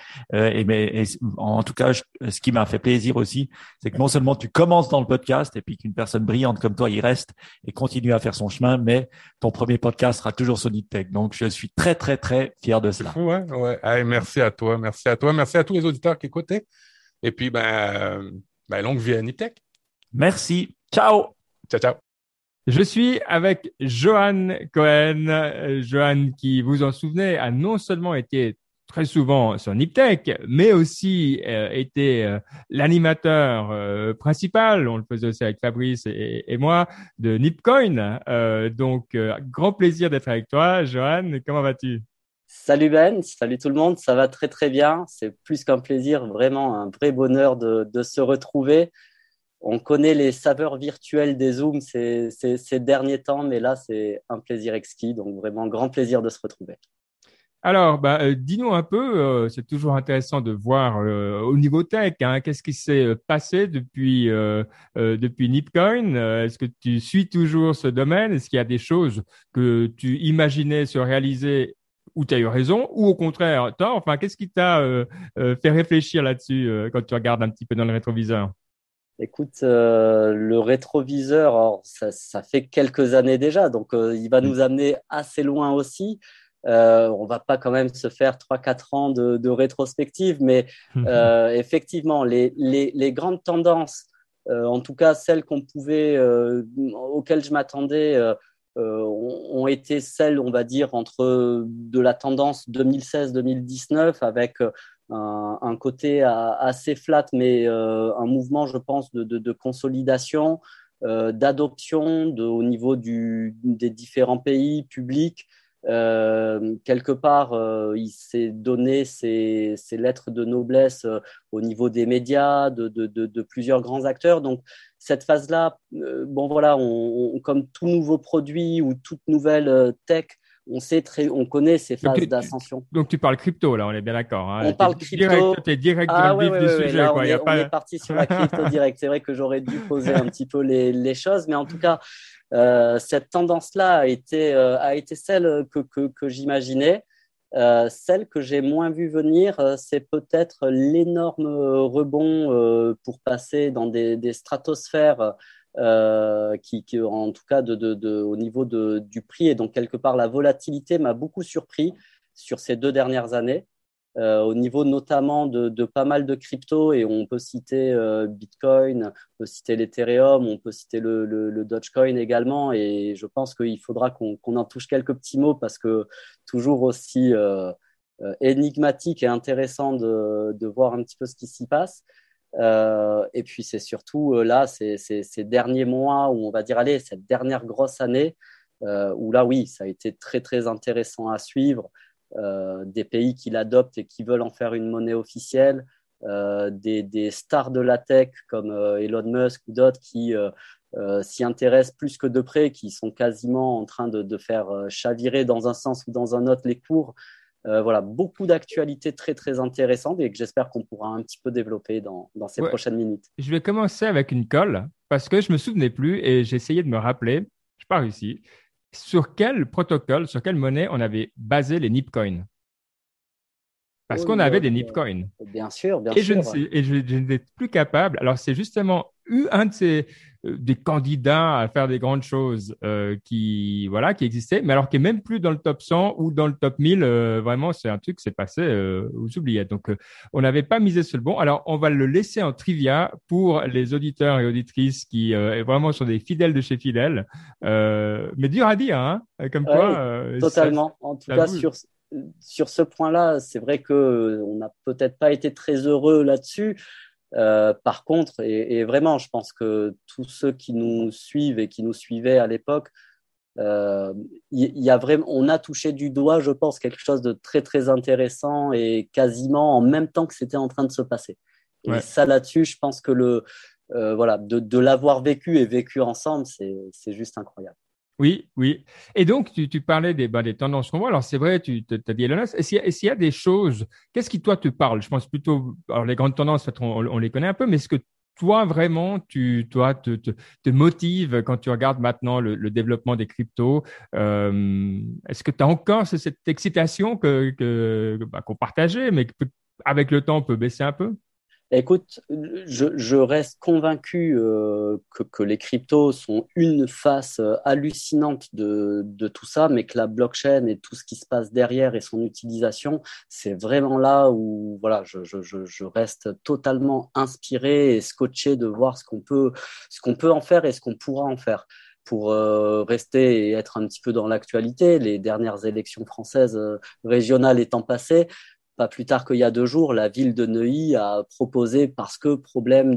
En tout cas, ce qui m'a fait plaisir aussi, c'est que non seulement tu commences dans le podcast et puis qu'une personne brillante comme toi y reste et continue à faire son chemin, mais ton premier podcast sera toujours sur Niptech. Donc, je suis très, très, très fier de cela.
Ouais, ouais. Hey, merci à toi. Merci à toi. Merci à tous les auditeurs qui écoutaient. Et puis, longue vie à Niptech.
Merci. Ciao.
Ciao, ciao.
Je suis avec Johan Cohen. Johan, qui, vous en souvenez, a non seulement été très souvent sur Niptech, mais aussi été l'animateur principal, on le faisait aussi avec Fabrice et moi, de Nipcoin. Donc, grand plaisir d'être avec toi. Johan, comment vas-tu?
Salut Ben, salut tout le monde, ça va très très bien. C'est plus qu'un plaisir, vraiment un vrai bonheur de se retrouver. On connaît les saveurs virtuelles des Zooms ces derniers temps, mais là, c'est un plaisir exquis. Donc, vraiment, grand plaisir de se retrouver.
Alors, dis-nous un peu, c'est toujours intéressant de voir au niveau tech, hein, qu'est-ce qui s'est passé depuis Nipcoin? Est-ce que tu suis toujours ce domaine? Est-ce qu'il y a des choses que tu imaginais se réaliser où tu as eu raison, ou au contraire, tort? Enfin, qu'est-ce qui t'a fait réfléchir là-dessus quand tu regardes un petit peu dans le rétroviseur?
Écoute, le rétroviseur, alors, ça fait quelques années déjà, donc il va nous amener assez loin aussi. On va pas quand même se faire 3-4 ans de rétrospective, mais effectivement, les grandes tendances, en tout cas celles auxquelles je m'attendais, ont été celles, on va dire, entre de la tendance 2016-2019 avec un côté assez flat, mais un mouvement, je pense, de consolidation, d'adoption au niveau des différents pays publics. Quelque part, il s'est donné ses lettres de noblesse au niveau des médias, de plusieurs grands acteurs. Donc, cette phase-là, bon voilà, comme tout nouveau produit ou toute nouvelle tech, on connaît ces phases d'ascension.
Donc, tu parles crypto, là, on est bien d'accord. Hein.
On parle crypto.
Tu es direct dans le vif du sujet.
Là,
quoi.
on est parti sur la crypto direct. C'est vrai que j'aurais dû poser un petit peu les choses, mais en tout cas, cette tendance-là a été celle que j'imaginais. Celle que j'ai moins vu venir, c'est peut-être l'énorme rebond pour passer dans des stratosphères qui, en tout cas, au niveau du prix. Et donc, quelque part, la volatilité m'a beaucoup surpris sur ces 2 dernières années. Au niveau notamment de pas mal de cryptos, et on peut citer Bitcoin, on peut citer l'Ethereum, on peut citer le Dogecoin également, et je pense qu'il faudra qu'on en touche quelques petits mots parce que toujours aussi énigmatique et intéressant de voir un petit peu ce qui s'y passe. Et puis c'est surtout là, ces derniers mois où on va dire, allez, cette dernière grosse année, où là, oui, ça a été très, très intéressant à suivre. Des pays qui l'adoptent et qui veulent en faire une monnaie officielle, des stars de la tech comme Elon Musk ou d'autres qui s'y intéressent plus que de près, qui sont quasiment en train de faire chavirer dans un sens ou dans un autre les cours. Voilà, beaucoup d'actualités très très intéressantes et que j'espère qu'on pourra un petit peu développer dans ces prochaines minutes.
Je vais commencer avec une colle parce que je me souvenais plus et j'ai essayé de me rappeler, je n'ai pas réussi. Sur quel protocole, sur quelle monnaie on avait basé les Nipcoins? Parce qu'on avait des Nipcoins.
Bien sûr, bien sûr.
Je n'étais plus capable. Alors, c'est justement un de ces des candidats à faire des grandes choses qui existait, mais alors qui est même plus dans le top 100 ou dans le top 1000. Vraiment, c'est un truc qui s'est passé aux oubliettes. Donc, on n'avait pas misé sur le bon. Alors, on va le laisser en trivia pour les auditeurs et auditrices qui vraiment sont des fidèles de chez fidèles. Mais dur à dire, hein, comme quoi.
Totalement. En tout cas, sur ce point-là, c'est vrai qu'on n'a peut-être pas été très heureux là-dessus. Par contre, et vraiment, je pense que tous ceux qui nous suivent et qui nous suivaient à l'époque, on a touché du doigt, je pense, quelque chose de très, très intéressant et quasiment en même temps que c'était en train de se passer. Et ça, là-dessus, je pense que voilà, de l'avoir vécu et vécu ensemble, c'est juste incroyable.
Oui, oui. Et donc, tu parlais des tendances qu'on voit. Alors, c'est vrai, tu as dit Elon Musk. Est-ce qu'il y a des choses, qu'est-ce qui, toi, te parle? Je pense plutôt, alors les grandes tendances, peut-être on les connaît un peu, mais est-ce que toi, vraiment, toi, te motive quand tu regardes maintenant le développement des cryptos? Est-ce que tu as encore cette excitation qu'on partageait, mais avec le temps, on peut baisser un peu?
Écoute, je reste convaincu que les cryptos sont une face hallucinante de tout ça, mais que la blockchain et tout ce qui se passe derrière et son utilisation, c'est vraiment là où voilà, je reste totalement inspiré et scotché de voir ce qu'on peut en faire et ce qu'on pourra en faire. Pour rester et être un petit peu dans l'actualité, les dernières élections françaises régionales étant passées, pas plus tard qu'il y a 2 jours, la ville de Neuilly a proposé, parce que problème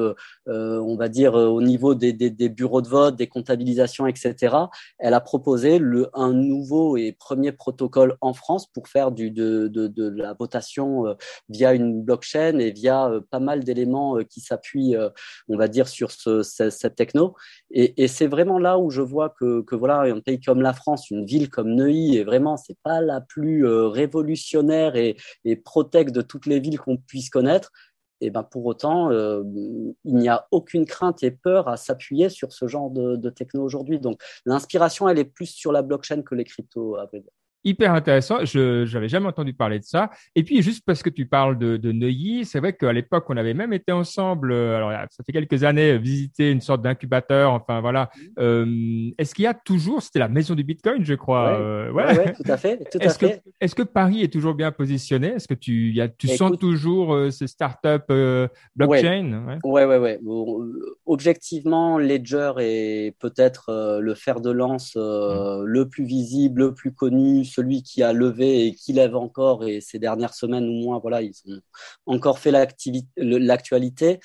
on va dire, au niveau des bureaux de vote, des comptabilisations, etc., elle a proposé un nouveau et premier protocole en France pour faire de la votation via une blockchain et via pas mal d'éléments qui s'appuient, on va dire, sur cette techno. Et c'est vraiment là où je vois que voilà, un pays comme la France, une ville comme Neuilly, et vraiment, c'est pas la plus révolutionnaire et protège de toutes les villes qu'on puisse connaître, et ben pour autant, il n'y a aucune crainte et peur à s'appuyer sur ce genre de techno aujourd'hui. Donc, l'inspiration, elle est plus sur la blockchain que les cryptos, à vrai dire.
Hyper intéressant. Je n'avais jamais entendu parler de ça. Et puis, juste parce que tu parles de Neuilly, c'est vrai qu'à l'époque, on avait même été ensemble, alors ça fait quelques années, visiter une sorte d'incubateur. Enfin, voilà. Est-ce qu'il y a toujours, c'était la maison du Bitcoin, je crois.
Ouais,
Ouais.
ouais, tout à fait, tout à fait.
Est-ce que Paris est toujours bien positionné? Est-ce que tu sens
Écoute,
toujours ces startups
ouais.
blockchain? Ouais.
Ouais. Bon, objectivement, Ledger est peut-être le fer de lance le plus visible, le plus connu, celui qui a levé et qui lève encore. Et ces dernières semaines ou mois, voilà, ils ont encore fait l'actualité.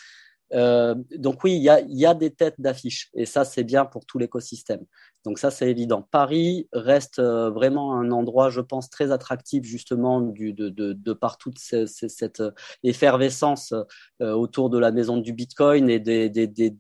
Donc oui, il y a des têtes d'affiche et ça, c'est bien pour tout l'écosystème. Donc ça, c'est évident. Paris reste vraiment un endroit, je pense, très attractif justement de par toute cette effervescence autour de la maison du Bitcoin et des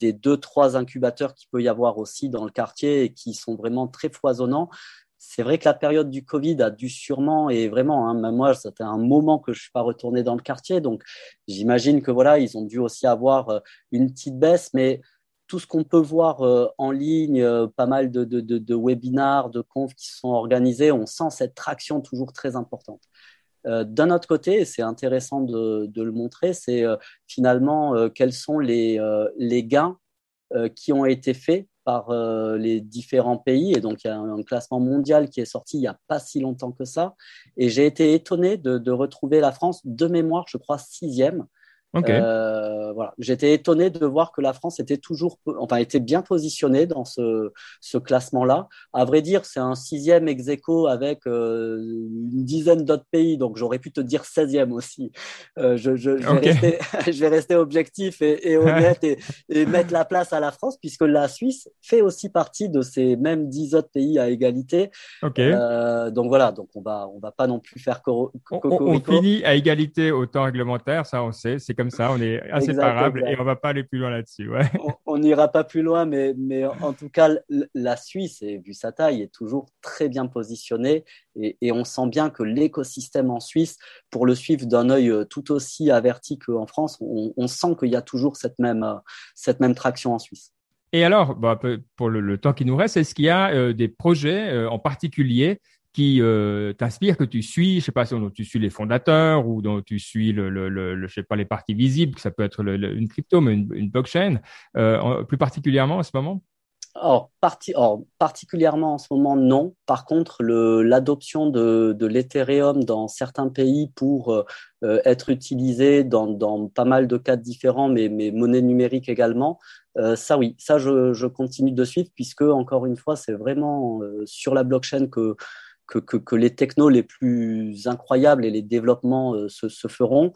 2-3 incubateurs qu'il peut y avoir aussi dans le quartier et qui sont vraiment très foisonnants. C'est vrai que la période du Covid a dû sûrement, et vraiment, hein, même moi, ça fait un moment que je suis pas retourné dans le quartier, donc j'imagine que voilà, ils ont dû aussi avoir une petite baisse, mais tout ce qu'on peut voir en ligne, pas mal de webinars, de confs qui sont organisés, on sent cette traction toujours très importante. D'un autre côté, et c'est intéressant de le montrer, c'est finalement quels sont les gains qui ont été faits par les différents pays. Et donc, il y a un classement mondial qui est sorti il n'y a pas si longtemps que ça. Et j'ai été étonné de retrouver la France, de mémoire, je crois, 6e.
OK.
Voilà. J'étais étonné de voir que la France était bien positionnée dans ce classement-là. À vrai dire, c'est un 6e ex aequo avec une dizaine d'autres pays, donc j'aurais pu te dire 16e aussi. Je vais
OK.
rester, je vais rester objectif et honnête et mettre la place à la France, puisque la Suisse fait aussi partie de ces mêmes 10 autres pays à égalité.
OK.
Donc voilà, donc on va pas non plus faire
On
cocorico.
finit à égalité au temps réglementaire, ça on sait, c'est comme ça, on est
Exact,
inséparables et
exact.
on va pas aller plus loin là-dessus. Ouais.
On n'ira pas plus loin, mais en tout cas, la Suisse, et vu sa taille, est toujours très bien positionnée et on sent bien que l'écosystème en Suisse, pour le suivre d'un œil tout aussi averti qu'en France, on sent qu'il y a toujours cette même traction en Suisse.
Et alors, bah, pour le temps qui nous reste, est-ce qu'il y a des projets en particulier qui t'inspirent, que tu suis, je sais pas si dont tu suis les fondateurs ou dont tu suis je sais pas, les parties visibles, que ça peut être une crypto, mais une blockchain, plus particulièrement en ce moment?
Or, particulièrement en ce moment, non. Par contre, l'adoption de l'Ethereum dans certains pays pour être utilisé dans pas mal de cas différents, mais monnaie numérique également, ça oui, ça je continue de suivre puisque, encore une fois, c'est vraiment sur la blockchain que les technos les plus incroyables et les développements se feront.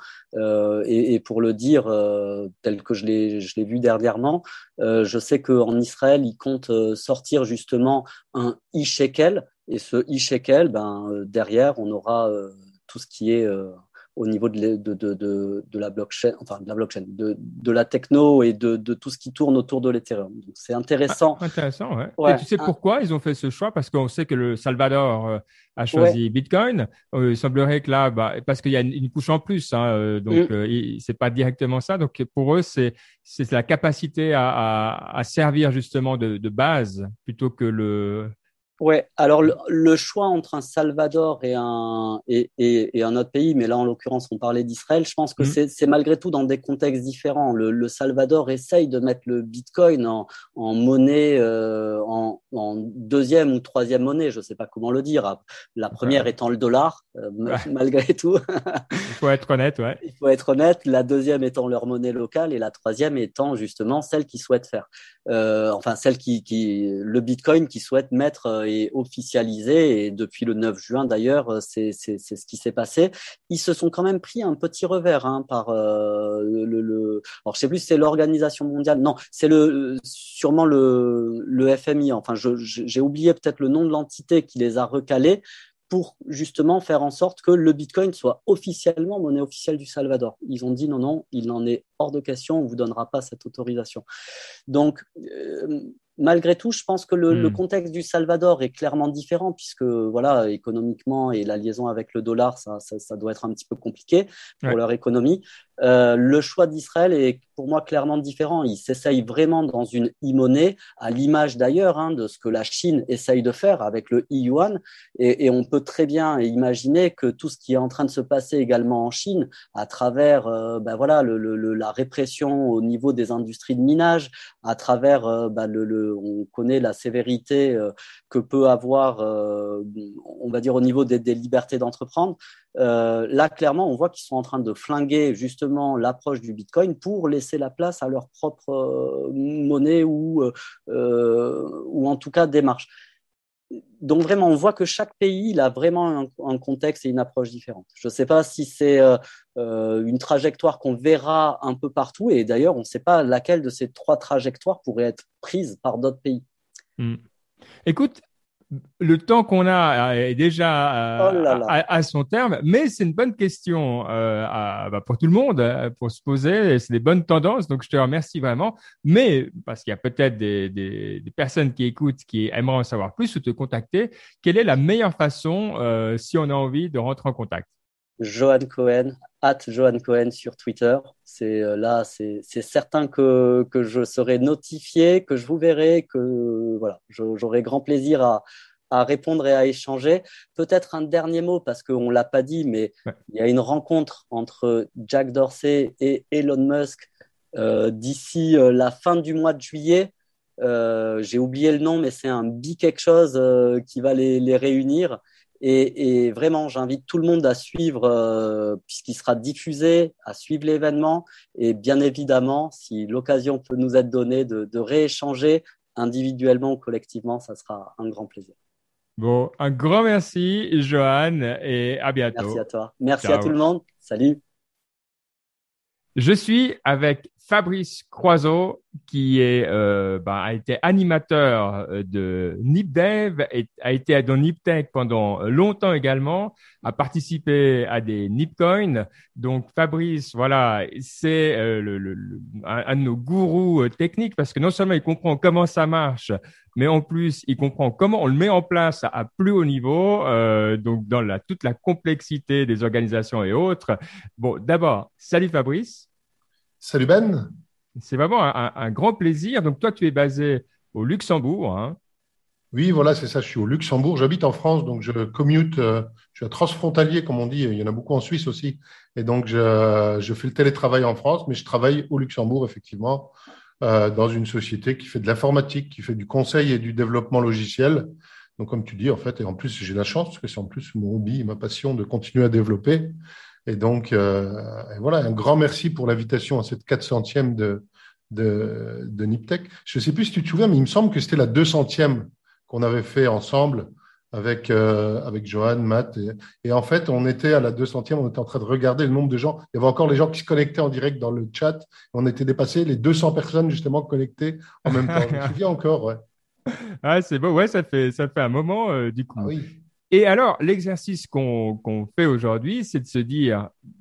Et pour le dire tel que je l'ai vu dernièrement, je sais qu'en Israël, ils comptent sortir justement un e-shekel. Et ce e-shekel, derrière, on aura tout ce qui est au niveau de la blockchain, enfin de la blockchain, de la techno et de tout ce qui tourne autour de l'Ethereum. Donc, c'est intéressant.
Intéressant, ouais.
Ouais.
Et tu sais pourquoi ils ont fait ce choix? Parce qu'on sait que le Salvador a
Ouais.
choisi Bitcoin. Il semblerait que là, parce qu'il y a une couche en plus, hein, donc c'est pas directement ça. Donc pour eux, c'est la capacité à servir justement de base plutôt que le.
Ouais, alors le choix entre un Salvador et un autre pays, mais là en l'occurrence on parlait d'Israël, je pense que c'est malgré tout dans des contextes différents. Le Salvador essaye de mettre le Bitcoin en monnaie, en deuxième ou troisième monnaie, je sais pas comment le dire. La première étant le dollar, malgré tout.
Il faut être honnête, ouais.
Il faut être honnête. La deuxième étant leur monnaie locale et la troisième étant justement celle qu'ils souhaitent faire. Enfin celle le Bitcoin qu'ils souhaitent mettre et officialisé, et depuis le 9 juin d'ailleurs, c'est ce qui s'est passé. Ils se sont quand même pris un petit revers par alors je sais plus si c'est l'Organisation mondiale, non, c'est sûrement le FMI. Enfin, j'ai oublié peut-être le nom de l'entité qui les a recalés pour justement faire en sorte que le Bitcoin soit officiellement monnaie officielle du Salvador. Ils ont dit non, il en est hors de question, on vous donnera pas cette autorisation. Donc malgré tout, je pense que le contexte du Salvador est clairement différent, puisque voilà, économiquement et la liaison avec le dollar, ça doit être un petit peu compliqué pour leur économie. Le choix d'Israël est pour moi clairement différent. Ils s'essayent vraiment dans une e-monnaie, à l'image d'ailleurs de ce que la Chine essaye de faire avec le e-yuan. Et on peut très bien imaginer que tout ce qui est en train de se passer également en Chine, à travers voilà la répression au niveau des industries de minage, à travers on connaît la sévérité que peut avoir, on va dire, au niveau des libertés d'entreprendre. Là, clairement, on voit qu'ils sont en train de flinguer justement l'approche du Bitcoin pour laisser la place à leur propre monnaie ou en tout cas démarche. Donc vraiment, on voit que chaque pays il a vraiment un contexte et une approche différente. Je ne sais pas si c'est une trajectoire qu'on verra un peu partout, et d'ailleurs, on ne sait pas laquelle de ces trois trajectoires pourrait être prise par d'autres pays.
Écoute, le temps qu'on a est déjà à son terme, mais c'est une bonne question pour tout le monde pour se poser. C'est des bonnes tendances, donc je te remercie vraiment. Mais parce qu'il y a peut-être des personnes qui écoutent qui aimeraient en savoir plus ou te contacter, quelle est la meilleure façon si on a envie de rentrer en contact?
Johan Cohen, @JohanCohen sur Twitter. C'est certain que je serai notifié, que je vous verrai, que voilà, j'aurai grand plaisir à répondre et à échanger. Peut-être un dernier mot, parce qu'on l'a pas dit, mais il y a une rencontre entre Jack Dorsey et Elon Musk d'ici la fin du mois de juillet. J'ai oublié le nom, mais c'est un big quelque chose qui va les réunir. Et vraiment, j'invite tout le monde à suivre, puisqu'il sera diffusé, à suivre l'événement. Et bien évidemment, si l'occasion peut nous être donnée de rééchanger individuellement ou collectivement, ça sera un grand plaisir.
Bon, un grand merci, Johan, et à bientôt.
Merci à toi. Merci
Ciao.
à tout le monde. Salut.
Je suis avec Fabrice Croiseau, qui a été animateur de NipDev, a été dans NipTech pendant longtemps également, a participé à des NipCoin. Donc Fabrice, voilà, c'est un de nos gourous techniques, parce que non seulement il comprend comment ça marche, mais en plus il comprend comment on le met en place à plus haut niveau, donc dans toute la complexité des organisations et autres. Bon, d'abord, salut Fabrice.
Salut Ben.
C'est vraiment un grand plaisir. Donc, toi, tu es basé au Luxembourg, hein?
Oui, voilà, c'est ça. Je suis au Luxembourg. J'habite en France, donc je commute. Je suis transfrontalier, comme on dit. Il y en a beaucoup en Suisse aussi. Et donc, je fais le télétravail en France, mais je travaille au Luxembourg, effectivement, dans une société qui fait de l'informatique, qui fait du conseil et du développement logiciel. Donc, comme tu dis, en fait, et en plus, j'ai la chance, parce que c'est en plus mon hobby, ma passion de continuer à développer. Et donc, et voilà, un grand merci pour l'invitation à cette 400e de NipTech. Je ne sais plus si tu te souviens, mais il me semble que c'était la 200e qu'on avait fait ensemble avec Johan, Matt. Et en fait, on était à la 200e, on était en train de regarder le nombre de gens. Il y avait encore les gens qui se connectaient en direct dans le chat. On était dépassé les 200 personnes justement connectées en même temps. Je me souviens encore, ouais.
Ah, c'est beau. Ouais, ça fait un moment, du coup.
Ah oui.
Et alors, l'exercice qu'on fait aujourd'hui, c'est de se dire,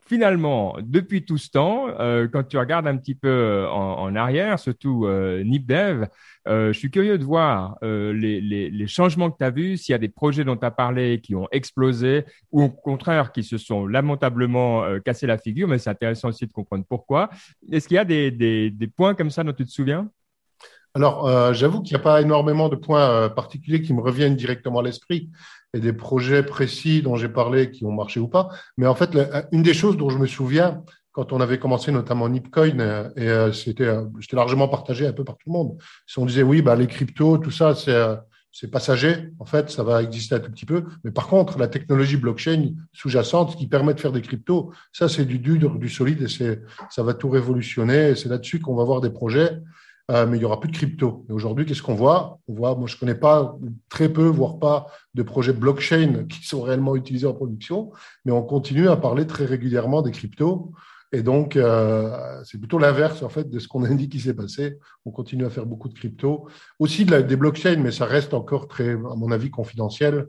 finalement, depuis tout ce temps, quand tu regardes un petit peu en arrière, surtout NipDev, je suis curieux de voir les changements que tu as vus, s'il y a des projets dont tu as parlé qui ont explosé ou au contraire qui se sont lamentablement cassé la figure, mais c'est intéressant aussi de comprendre pourquoi. Est-ce qu'il y a des points comme ça dont tu te souviens?
Alors, j'avoue qu'il n'y a pas énormément de points particuliers qui me reviennent directement à l'esprit et des projets précis dont j'ai parlé qui ont marché ou pas. Mais en fait, une des choses dont je me souviens quand on avait commencé notamment Nipcoin, c'était largement partagé un peu par tout le monde. Si on disait oui, bah, les cryptos, tout ça, c'est passager. En fait, ça va exister un tout petit peu. Mais par contre, la technologie blockchain sous-jacente qui permet de faire des cryptos, ça, c'est du dur, du solide et ça va tout révolutionner. Et c'est là-dessus qu'on va voir des projets. Mais il n'y aura plus de crypto. Et aujourd'hui, qu'est-ce qu'on voit? Moi, je ne connais pas très peu, voire pas, de projets blockchain qui sont réellement utilisés en production, mais on continue à parler très régulièrement des cryptos. Et donc, c'est plutôt l'inverse, en fait, de ce qu'on a dit qui s'est passé. On continue à faire beaucoup de cryptos. Aussi des blockchains, mais ça reste encore très, à mon avis, confidentiel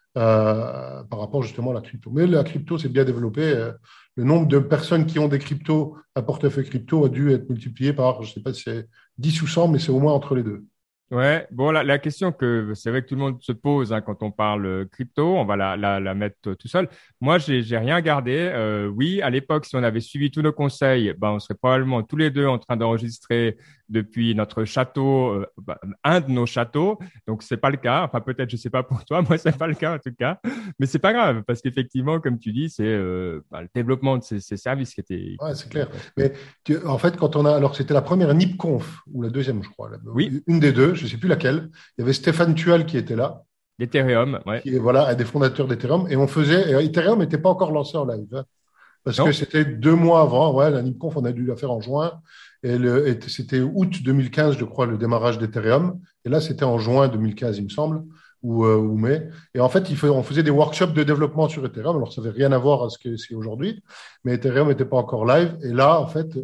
par rapport justement à la crypto. Mais la crypto s'est bien développée. Le nombre de personnes qui ont des cryptos, un portefeuille crypto a dû être multiplié par, je ne sais pas si c'est 10 ou 100, mais c'est au moins entre les deux.
Ouais, bon, la question que c'est vrai que tout le monde se pose quand on parle crypto, on va la mettre tout seul. Moi, j'ai rien gardé. Oui, à l'époque, si on avait suivi tous nos conseils, ben, on serait probablement tous les deux en train d'enregistrer depuis notre château, un de nos châteaux. Donc, c'est pas le cas. Enfin, peut-être, je sais pas pour toi, moi, c'est pas le cas en tout cas. Mais c'est pas grave parce qu'effectivement, comme tu dis, c'est le développement de ces services qui était.
Ouais, c'est clair. Mais en fait, alors c'était la première NipConf ou la deuxième, je crois,
Oui.
Une des deux, je ne sais plus laquelle. Il y avait Stéphane Tual qui était là.
D'Ethereum, ouais.
Qui est un des fondateurs d'Ethereum. Et Ethereum n'était pas encore lancé en live. Parce que c'était 2 mois avant. Ouais, la NipConf, on a dû la faire en juin. Et c'était août 2015, je crois, le démarrage d'Ethereum. Et là, c'était en juin 2015, il me semble, ou mai. Et en fait, on faisait des workshops de développement sur Ethereum. Alors, ça n'avait rien à voir à ce que c'est aujourd'hui. Mais Ethereum n'était pas encore live. Et là, en fait,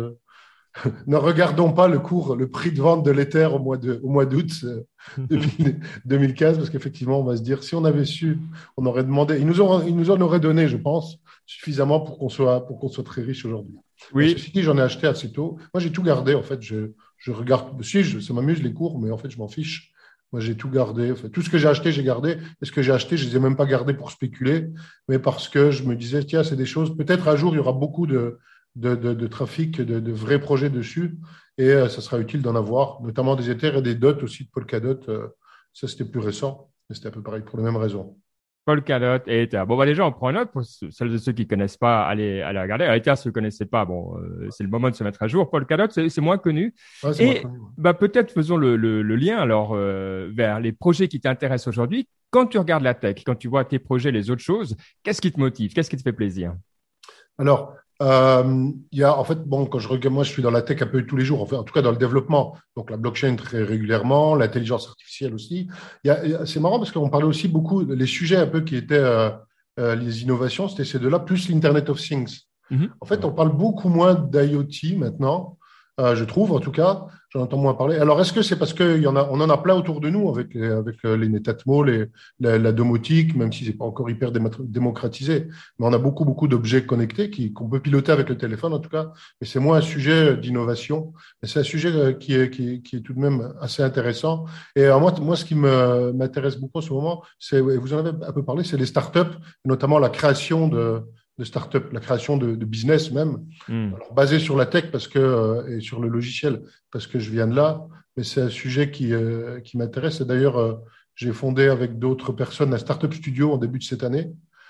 ne regardons pas le prix de vente de l'Ether au mois d'août 2015, parce qu'effectivement, on va se dire, si on avait su, on aurait demandé, ils nous en auraient donné, je pense, suffisamment pour qu'on soit très riche aujourd'hui.
Oui.
Ceci dit, j'en ai acheté assez tôt. Moi, j'ai tout gardé, en fait. Je regarde, ça m'amuse les cours, mais en fait, je m'en fiche. Moi, j'ai tout gardé. Enfin, tout ce que j'ai acheté, j'ai gardé. Et ce que j'ai acheté, je ne les ai même pas gardés pour spéculer, mais parce que je me disais, tiens, c'est des choses, peut-être un jour, il y aura beaucoup de trafic, de vrais projets dessus, et ça sera utile d'en avoir, notamment des Ethers et des DOT aussi, de Polkadot. Ça, c'était plus récent, mais c'était un peu pareil pour les mêmes raisons.
Polkadot et Ether. Bon, bah, déjà, on prend note pour celles de ceux qui ne connaissent pas, allez regarder. Ether, si vous ne connaissez pas, bon, c'est le moment de se mettre à jour. Polkadot, c'est moins connu.
Ouais,
et bah, peut-être faisons le lien alors vers les projets qui t'intéressent aujourd'hui. Quand tu regardes la tech, quand tu vois tes projets, les autres choses, qu'est-ce qui te motive? Qu'est-ce qui te fait plaisir?
Alors, il y a, en fait, bon, quand je regarde, moi, je suis dans la tech un peu tous les jours, enfin, en tout cas dans le développement, donc la blockchain très régulièrement, l'intelligence artificielle aussi. C'est marrant parce qu'on parlait aussi beaucoup, les sujets un peu qui étaient les innovations, c'était ces deux-là, plus l'Internet of Things.
Mm-hmm.
En fait, on parle beaucoup moins d'IoT maintenant, je trouve, en tout cas, j'en entends moins parler. Alors, est-ce que c'est parce qu'on en a plein autour de nous avec les Netatmo, la domotique, même si c'est pas encore hyper démocratisé, mais on a beaucoup, beaucoup d'objets connectés qu'on peut piloter avec le téléphone, en tout cas, mais c'est moins un sujet d'innovation, mais c'est un sujet qui est tout de même assez intéressant. Et moi, ce qui m'intéresse beaucoup en ce moment, vous en avez un peu parlé, c'est les startups, notamment la création de start-up, la création de business même, alors, basé sur la tech et sur le logiciel, parce que je viens de là, mais c'est un sujet qui m'intéresse. Et d'ailleurs, j'ai fondé avec d'autres personnes un start-up studio en début de cette année,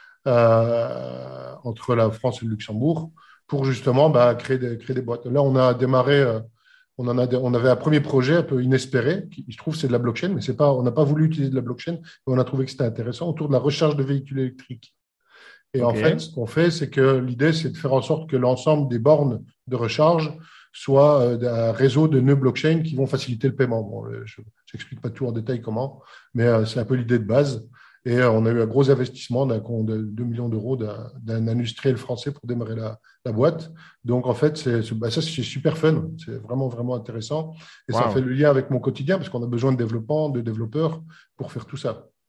entre la France et le Luxembourg, pour justement créer des boîtes. Là, on a démarré, on avait un premier projet un peu inespéré, qui je trouve c'est de la blockchain, mais on n'a pas voulu utiliser de la blockchain, mais on a trouvé que c'était intéressant autour de la recharge de véhicules électriques. Et en fait, ce qu'on fait, c'est que l'idée, c'est de faire en sorte que l'ensemble des bornes de recharge soient un réseau de nœuds blockchain qui vont faciliter le paiement. Bon, je n'explique pas tout en détail comment, mais c'est un peu l'idée de base. Et on a eu un gros investissement de 2 millions d'euros d'un industriel français pour démarrer la boîte. Donc, en fait, ça, c'est super fun. C'est vraiment, vraiment intéressant. Et ça fait le lien avec mon quotidien parce qu'on a besoin de développeurs pour faire tout ça.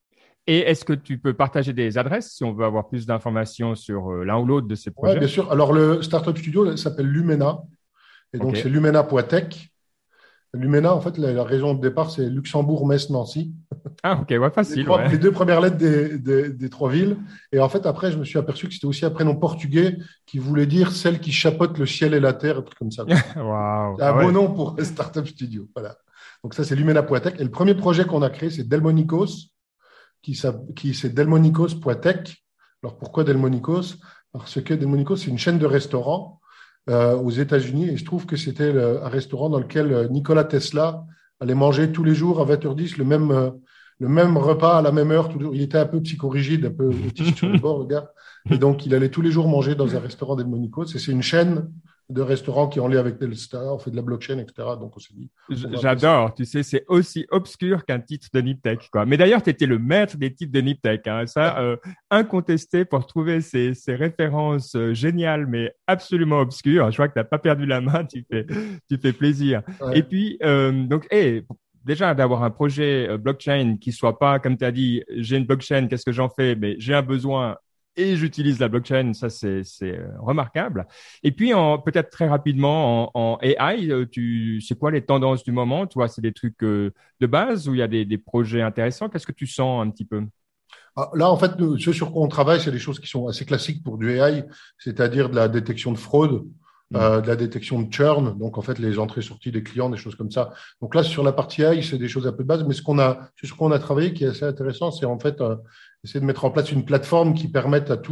Et est-ce que tu peux partager des adresses si on veut avoir plus d'informations sur l'un ou l'autre de ces
Oui,
projets?
bien sûr. Alors, le Startup Studio s'appelle Lumena. Et donc,
Ok.
c'est lumena.tech. Lumena, en fait, la raison de départ, c'est Luxembourg, Metz, Nancy.
Ah, ok, ouais, facile, ouais.
Les deux premières lettres des trois villes. Et en fait, après, je me suis aperçu que c'était aussi un prénom portugais qui voulait dire celle qui chapeaute le ciel et la terre, un truc comme ça.
Waouh.
C'est un
Ah
beau
ouais.
nom pour Startup Studio. Voilà. Donc, ça, c'est Lumena.tech. Et le premier projet qu'on a créé, c'est Delmonicos, c'est Delmonicos.tech. Alors, pourquoi Delmonicos? Parce que Delmonicos, c'est une chaîne de restaurants aux États-Unis. Et je trouve que c'était un restaurant dans lequel Nikola Tesla allait manger tous les jours à 20h10 le même repas à la même heure. Il était un peu psychorigide, un peu autiste sur le bord, le gars. Et donc, il allait tous les jours manger dans un restaurant Delmonicos. Et c'est une chaîne de restaurants qui ont lien avec Telstar, on fait de la blockchain, etc. Donc, on s'est dit.
J'adore, tu sais, c'est aussi obscur qu'un titre de Niptech, quoi. Mais d'ailleurs, tu étais le maître des titres de Niptech, hein. Ça, incontesté pour trouver ces références géniales, mais absolument obscures. Je vois que tu n'as pas perdu la main, tu fais plaisir.
Ouais.
Et puis, donc, déjà, d'avoir un projet blockchain qui soit pas, comme tu as dit, j'ai une blockchain, qu'est-ce que j'en fais? Mais j'ai un besoin et j'utilise la blockchain, ça c'est remarquable. Et puis peut-être très rapidement en AI, c'est quoi les tendances du moment? Tu vois, c'est des trucs de base ou il y a des projets intéressants? Qu'est-ce que tu sens un petit peu?
Là, en fait, ce sur quoi on travaille, c'est des choses qui sont assez classiques pour du AI, c'est-à-dire de la détection de fraude, de la détection de churn, donc en fait les entrées-sorties des clients, des choses comme ça. Donc là, sur la partie AI, c'est des choses un peu de base, mais ce sur quoi on a travaillé qui est assez intéressant, c'est en fait essayer de mettre en place une plateforme qui permette à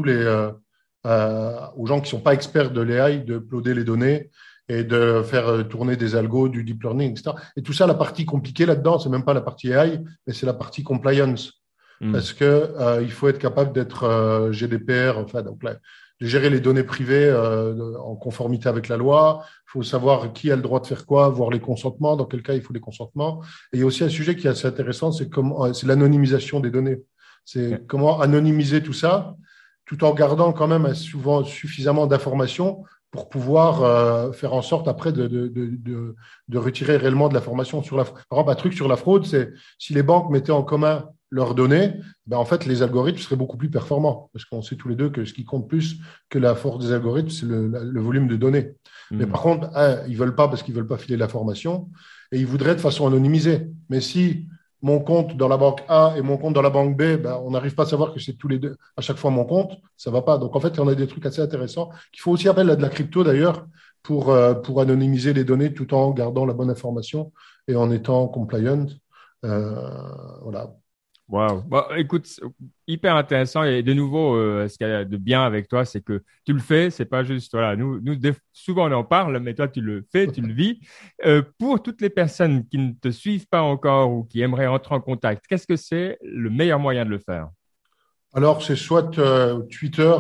aux gens qui sont pas experts de l'AI de uploader les données et de faire tourner des algos, du deep learning, etc. Et tout ça, la partie compliquée là-dedans, c'est même pas la partie AI, mais c'est la partie compliance. Parce que il faut être capable d'être GDPR, enfin donc là, de gérer les données privées en conformité avec la loi. Il faut savoir qui a le droit de faire quoi, voir les consentements, dans quel cas il faut les consentements. Et il y a aussi un sujet qui est assez intéressant, c'est c'est l'anonymisation des données. C'est comment anonymiser tout ça, tout en gardant quand même souvent suffisamment d'informations pour pouvoir faire en sorte après de retirer réellement de l'information sur la. Par exemple, un truc sur la fraude, c'est si les banques mettaient en commun leurs données, ben en fait, les algorithmes seraient beaucoup plus performants. Parce qu'on sait tous les deux que ce qui compte plus que la force des algorithmes, c'est le volume de données. Mais par contre, ils veulent pas parce qu'ils veulent pas filer l'information et ils voudraient de façon anonymisée. Mais si mon compte dans la banque A et mon compte dans la banque B, ben, on n'arrive pas à savoir que c'est tous les deux à chaque fois mon compte, ça va pas. Donc en fait, on a des trucs assez intéressants qu'il faut aussi appeler de la crypto d'ailleurs pour anonymiser les données tout en gardant la bonne information et en étant compliant. Voilà.
Wow. Bon, écoute, hyper intéressant et de nouveau, ce qu'il y a de bien avec toi, c'est que tu le fais, c'est pas juste, voilà, nous souvent on en parle, mais toi tu le fais, tu le vis. Pour toutes les personnes qui ne te suivent pas encore ou qui aimeraient entrer en contact, qu'est-ce que c'est le meilleur moyen de le faire?
Alors, c'est soit Twitter,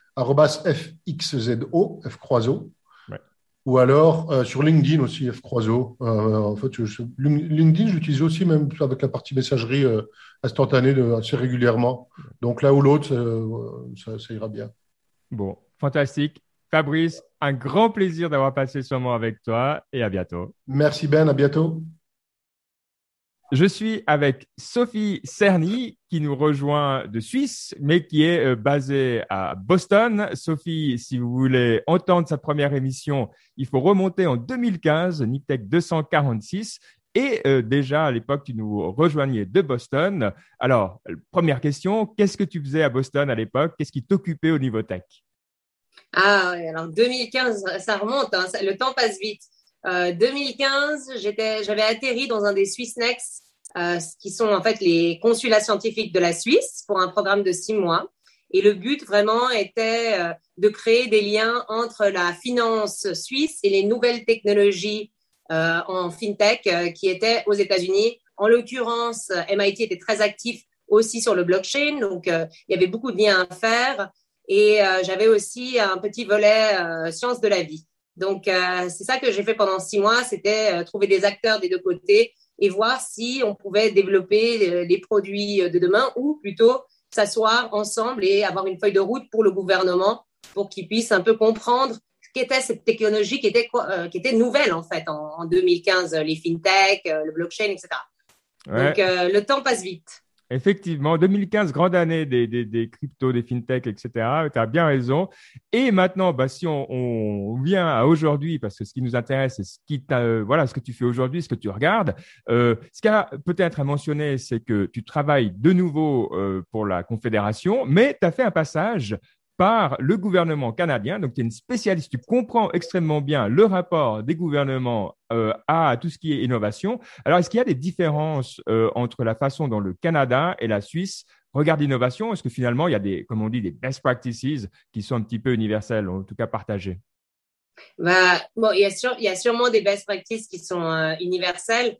@FXZO, F croiseau, ou alors sur LinkedIn aussi, F croiseau. En fait, LinkedIn, j'utilise aussi même avec la partie messagerie instantanée assez régulièrement. Donc là ou l'autre, ça ira bien.
Bon, fantastique. Fabrice, un grand plaisir d'avoir passé ce moment avec toi et à bientôt.
Merci Ben, à bientôt.
Je suis avec Sophie Cerny qui nous rejoint de Suisse, mais qui est basée à Boston. Sophie, si vous voulez entendre sa première émission, il faut remonter en 2015, Niptech 246. Et déjà, à l'époque, tu nous rejoignais de Boston. Alors, première question, qu'est-ce que tu faisais à Boston à l'époque? Qu'est-ce qui t'occupait au niveau tech?
Ah, alors 2015, ça remonte, hein, le temps passe vite. 2015, j'avais atterri dans un des Swissnex, qui sont en fait les consulats scientifiques de la Suisse pour un programme de 6 mois. Et le but vraiment était de créer des liens entre la finance suisse et les nouvelles technologies en fintech qui étaient aux États-Unis. En l'occurrence, MIT était très actif aussi sur le blockchain, donc il y avait beaucoup de liens à faire. Et j'avais aussi un petit volet sciences de la vie. Donc, c'est ça que j'ai fait pendant 6 mois, c'était trouver des acteurs des deux côtés et voir si on pouvait développer les produits de demain ou plutôt s'asseoir ensemble et avoir une feuille de route pour le gouvernement pour qu'il puisse un peu comprendre ce qu'était cette technologie qui était nouvelle en fait en 2015, les fintech, le blockchain, etc. Ouais. Donc, le temps passe vite.
Effectivement, 2015, grande année des cryptos, des fintechs, etc. Tu as bien raison. Et maintenant, si on vient à aujourd'hui, parce que ce qui nous intéresse, c'est ce que tu fais aujourd'hui, ce que tu regardes. Ce qu'il y a peut-être à mentionner, c'est que tu travailles de nouveau pour la Confédération, mais tu as fait un passage par le gouvernement canadien. Donc, tu es une spécialiste, tu comprends extrêmement bien le rapport des gouvernements à tout ce qui est innovation. Alors, est-ce qu'il y a des différences entre la façon dont le Canada et la Suisse regardent l'innovation? Est-ce que finalement, il y a comme on dit, des best practices qui sont un petit peu universelles, en tout cas partagées?
Il y a sûrement des best practices qui sont universelles.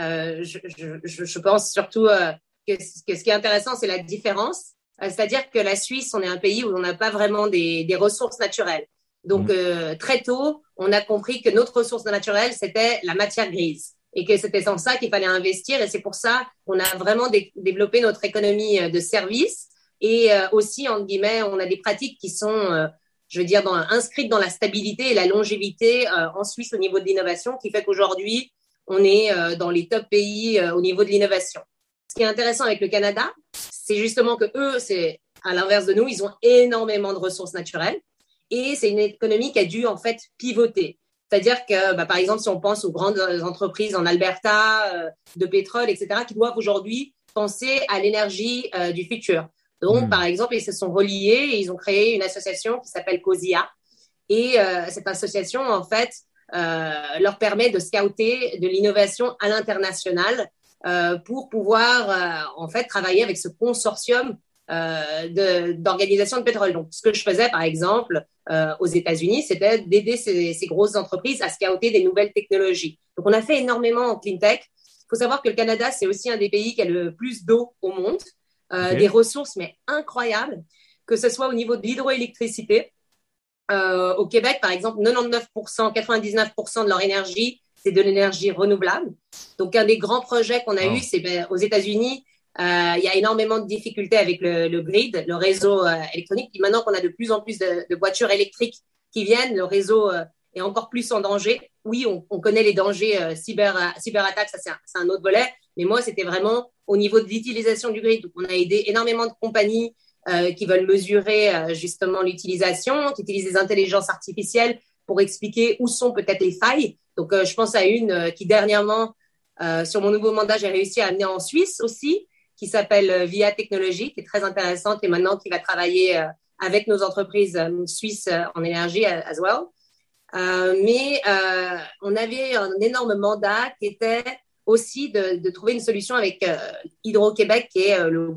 Je pense surtout que ce qui est intéressant, c'est la différence. C'est-à-dire que la Suisse, on est un pays où on n'a pas vraiment des ressources naturelles. Donc, très tôt, on a compris que notre ressource naturelle, c'était la matière grise et que c'était dans ça qu'il fallait investir. Et c'est pour ça qu'on a vraiment développé notre économie de services. Et aussi, entre guillemets, on a des pratiques qui sont, inscrites dans la stabilité et la longévité en Suisse au niveau de l'innovation, qui fait qu'aujourd'hui, on est dans les top pays au niveau de l'innovation. Ce qui est intéressant avec le Canada, c'est justement que eux, c'est à l'inverse de nous, ils ont énormément de ressources naturelles et c'est une économie qui a dû en fait pivoter. C'est-à-dire que, par exemple, si on pense aux grandes entreprises en Alberta de pétrole, etc., qui doivent aujourd'hui penser à l'énergie du futur. Donc, par exemple, ils se sont reliés et ils ont créé une association qui s'appelle COSIA. Et cette association, en fait, leur permet de scouter de l'innovation à l'international pour pouvoir en fait travailler avec ce consortium d'organisations de pétrole. Donc, ce que je faisais, par exemple, aux États-Unis, c'était d'aider ces grosses entreprises à scouter des nouvelles technologies. Donc, on a fait énormément en clean tech. Il faut savoir que le Canada, c'est aussi un des pays qui a le plus d'eau au monde, des ressources, mais incroyables, que ce soit au niveau de l'hydroélectricité. Au Québec, par exemple, 99%, 99% de leur énergie, c'est de l'énergie renouvelable. Donc, un des grands projets qu'on a eu, c'est aux États-Unis, il y a énormément de difficultés avec le grid, le réseau électronique. Et maintenant qu'on a de plus en plus de voitures électriques qui viennent, le réseau est encore plus en danger. Oui, on connaît les dangers cyberattaques, ça c'est un autre volet. Mais moi, c'était vraiment au niveau de l'utilisation du grid. Donc, on a aidé énormément de compagnies qui veulent mesurer justement l'utilisation, qui utilisent des intelligences artificielles pour expliquer où sont peut-être les failles. Donc, je pense à une qui dernièrement, sur mon nouveau mandat, j'ai réussi à amener en Suisse aussi, qui s'appelle VIA Technologies, qui est très intéressante et maintenant qui va travailler avec nos entreprises suisses en énergie as well. Mais on avait un énorme mandat qui était aussi de trouver une solution avec Hydro-Québec, qui est le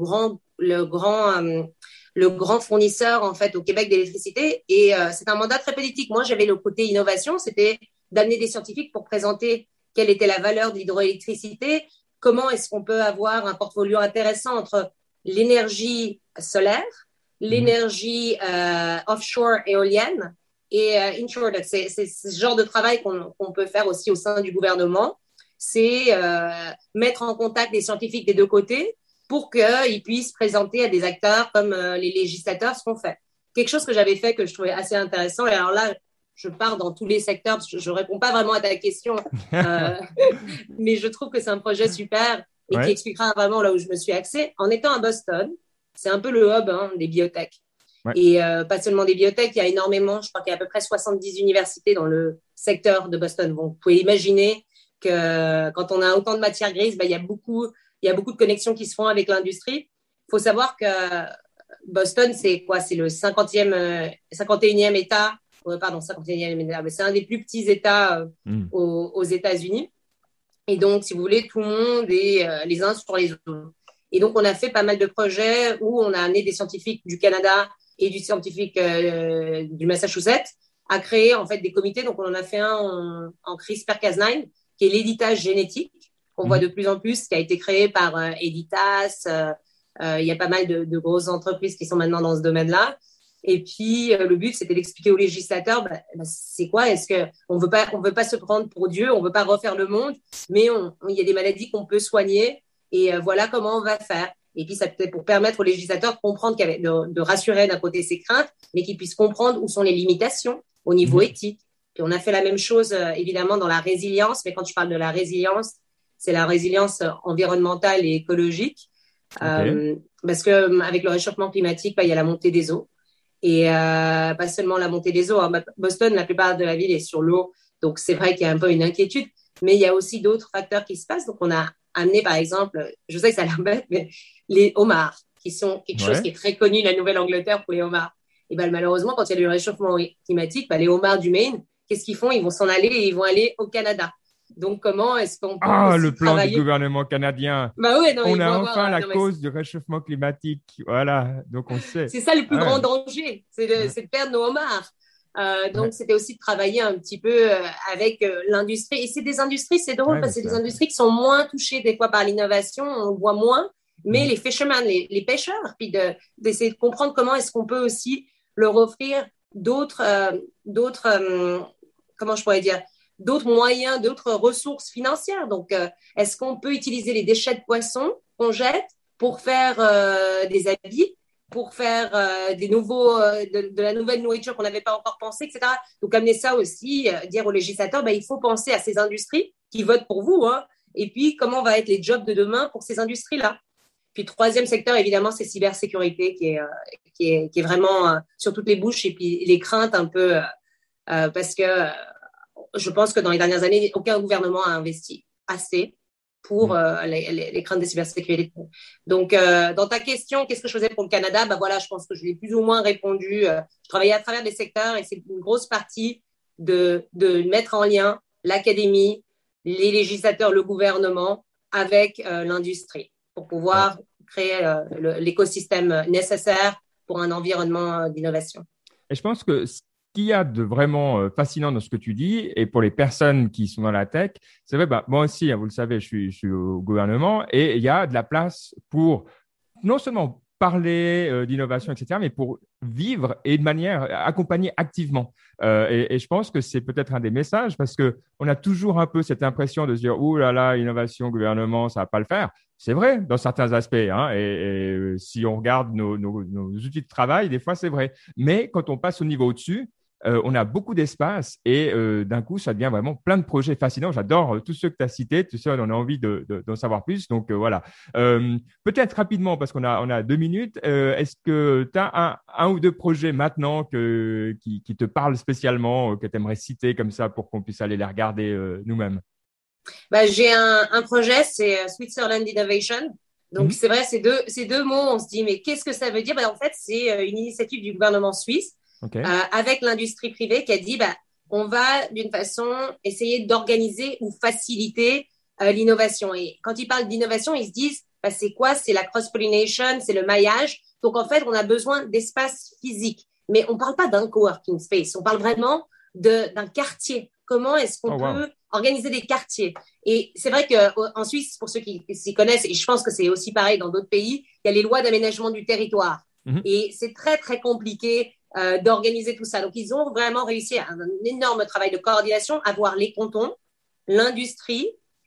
grand fournisseur en fait au Québec d'électricité. Et c'est un mandat très politique. Moi, j'avais le côté innovation, c'était d'amener des scientifiques pour présenter quelle était la valeur de l'hydroélectricité, comment est-ce qu'on peut avoir un portfolio intéressant entre l'énergie solaire, l'énergie offshore éolienne et inshore. C'est ce genre de travail qu'on peut faire aussi au sein du gouvernement. C'est mettre en contact des scientifiques des deux côtés pour qu'ils puissent présenter à des acteurs comme les législateurs ce qu'on fait. Quelque chose que j'avais fait que je trouvais assez intéressant. Et alors là, je pars dans tous les secteurs parce que je réponds pas vraiment à ta question, mais je trouve que c'est un projet super et qui expliquera vraiment là où je me suis axée. En étant à Boston, c'est un peu le hub des biotech. Et pas seulement des biotech, il y a énormément, je crois qu'il y a à peu près 70 universités dans le secteur de Boston. Donc, vous pouvez imaginer que quand on a autant de matières grises, il y a beaucoup de connexions qui se font avec l'industrie. Il faut savoir que Boston, c'est quoi? C'est le 51e État. Pardon, 51e État. C'est un des plus petits États aux États-Unis. Et donc, si vous voulez, tout le monde est les uns sur les autres. Et donc, on a fait pas mal de projets où on a amené des scientifiques du Canada et du scientifique du Massachusetts à créer en fait des comités. Donc, on en a fait un en CRISPR-Cas9, qui est l'éditage génétique qu'on voit de plus en plus, qui a été créé par Editas. Il y a pas mal de grosses entreprises qui sont maintenant dans ce domaine-là. Et puis, le but, c'était d'expliquer aux législateurs, c'est quoi? Est-ce que on veut pas se prendre pour Dieu, on veut pas refaire le monde, mais il y a des maladies qu'on peut soigner et voilà comment on va faire. Et puis, ça peut être pour permettre aux législateurs de comprendre de rassurer d'un côté ses craintes, mais qu'ils puissent comprendre où sont les limitations au niveau éthique. Puis, on a fait la même chose, évidemment, dans la résilience, mais quand je parle de la résilience, c'est la résilience environnementale et écologique. Parce que avec le réchauffement climatique, il y a la montée des eaux. Et pas seulement la montée des eaux. Boston, la plupart de la ville est sur l'eau. Donc, c'est vrai qu'il y a un peu une inquiétude. Mais il y a aussi d'autres facteurs qui se passent. Donc, on a amené, par exemple, je sais que ça a l'air bête, mais les homards, qui sont quelque chose qui est très connu, la Nouvelle-Angleterre, pour les homards. Et malheureusement, quand il y a le réchauffement climatique, les homards du Maine, qu'est-ce qu'ils font? Ils vont s'en aller et ils vont aller au Canada. Donc, comment est-ce qu'on peut
le plan du gouvernement canadien. On a enfin la cause du réchauffement climatique. Voilà, donc on sait.
C'est ça le plus grand danger, c'est de perdre nos homards. Donc, c'était aussi de travailler un petit peu avec l'industrie. Et c'est des industries, c'est drôle parce que c'est des industries qui sont moins touchées des fois par l'innovation, on voit moins. Mais les fishermen, les pêcheurs, puis d'essayer de comprendre comment est-ce qu'on peut aussi leur offrir d'autres comment je pourrais dire, d'autres moyens, d'autres ressources financières. Donc, est-ce qu'on peut utiliser les déchets de poissons qu'on jette pour faire des habits, pour faire de la nouvelle nourriture qu'on n'avait pas encore pensé, etc. Donc, amener ça aussi, dire aux législateurs, il faut penser à ces industries qui votent pour vous, et puis comment vont être les jobs de demain pour ces industries-là. Puis, troisième secteur, évidemment, c'est cybersécurité qui est vraiment sur toutes les bouches, et puis les craintes un peu, parce que je pense que dans les dernières années, aucun gouvernement a investi assez pour les craintes de cybersécurité. Donc, dans ta question, qu'est-ce que je faisais pour le Canada? Je pense que je l'ai plus ou moins répondu. Je travaillais à travers des secteurs et c'est une grosse partie de mettre en lien l'académie, les législateurs, le gouvernement avec l'industrie pour pouvoir créer l'écosystème nécessaire pour un environnement d'innovation.
Et je pense que ce qu'il y a de vraiment fascinant dans ce que tu dis, et pour les personnes qui sont dans la tech, c'est vrai, moi aussi, vous le savez, je suis au gouvernement, et il y a de la place pour non seulement parler d'innovation, etc., mais pour vivre et de manière accompagner activement. Et je pense que c'est peut-être un des messages, parce qu'on a toujours un peu cette impression de se dire « Ouh là là, innovation, gouvernement, ça ne va pas le faire ». C'est vrai dans certains aspects, et si on regarde nos outils de travail, des fois c'est vrai. Mais quand on passe au niveau au-dessus, on a beaucoup d'espace et d'un coup, ça devient vraiment plein de projets fascinants. J'adore tous ceux que tu as cités, tous ceux on a envie d'en savoir plus. Donc voilà. Peut-être rapidement, parce qu'on a 2 minutes, est-ce que tu as un ou deux projets maintenant qui te parlent spécialement, que tu aimerais citer comme ça pour qu'on puisse aller les regarder nous-mêmes?
J'ai un projet, c'est Switzerland Innovation. Donc, c'est vrai, ces deux mots, on se dit, mais qu'est-ce que ça veut dire? En fait, c'est une initiative du gouvernement suisse avec l'industrie privée qui a dit, on va d'une façon essayer d'organiser ou faciliter l'innovation. Et quand ils parlent d'innovation, ils se disent, c'est quoi? C'est la cross-pollination, c'est le maillage. Donc, en fait, on a besoin d'espace physique. Mais on ne parle pas d'un coworking space, on parle vraiment d'un quartier. Comment est-ce qu'on peut organiser des quartiers? Et c'est vrai qu'en Suisse, pour ceux qui s'y connaissent, et je pense que c'est aussi pareil dans d'autres pays, il y a les lois d'aménagement du territoire. Et c'est très, très compliqué d'organiser tout ça. Donc, ils ont vraiment réussi un énorme travail de coordination à voir les cantons, l'industrie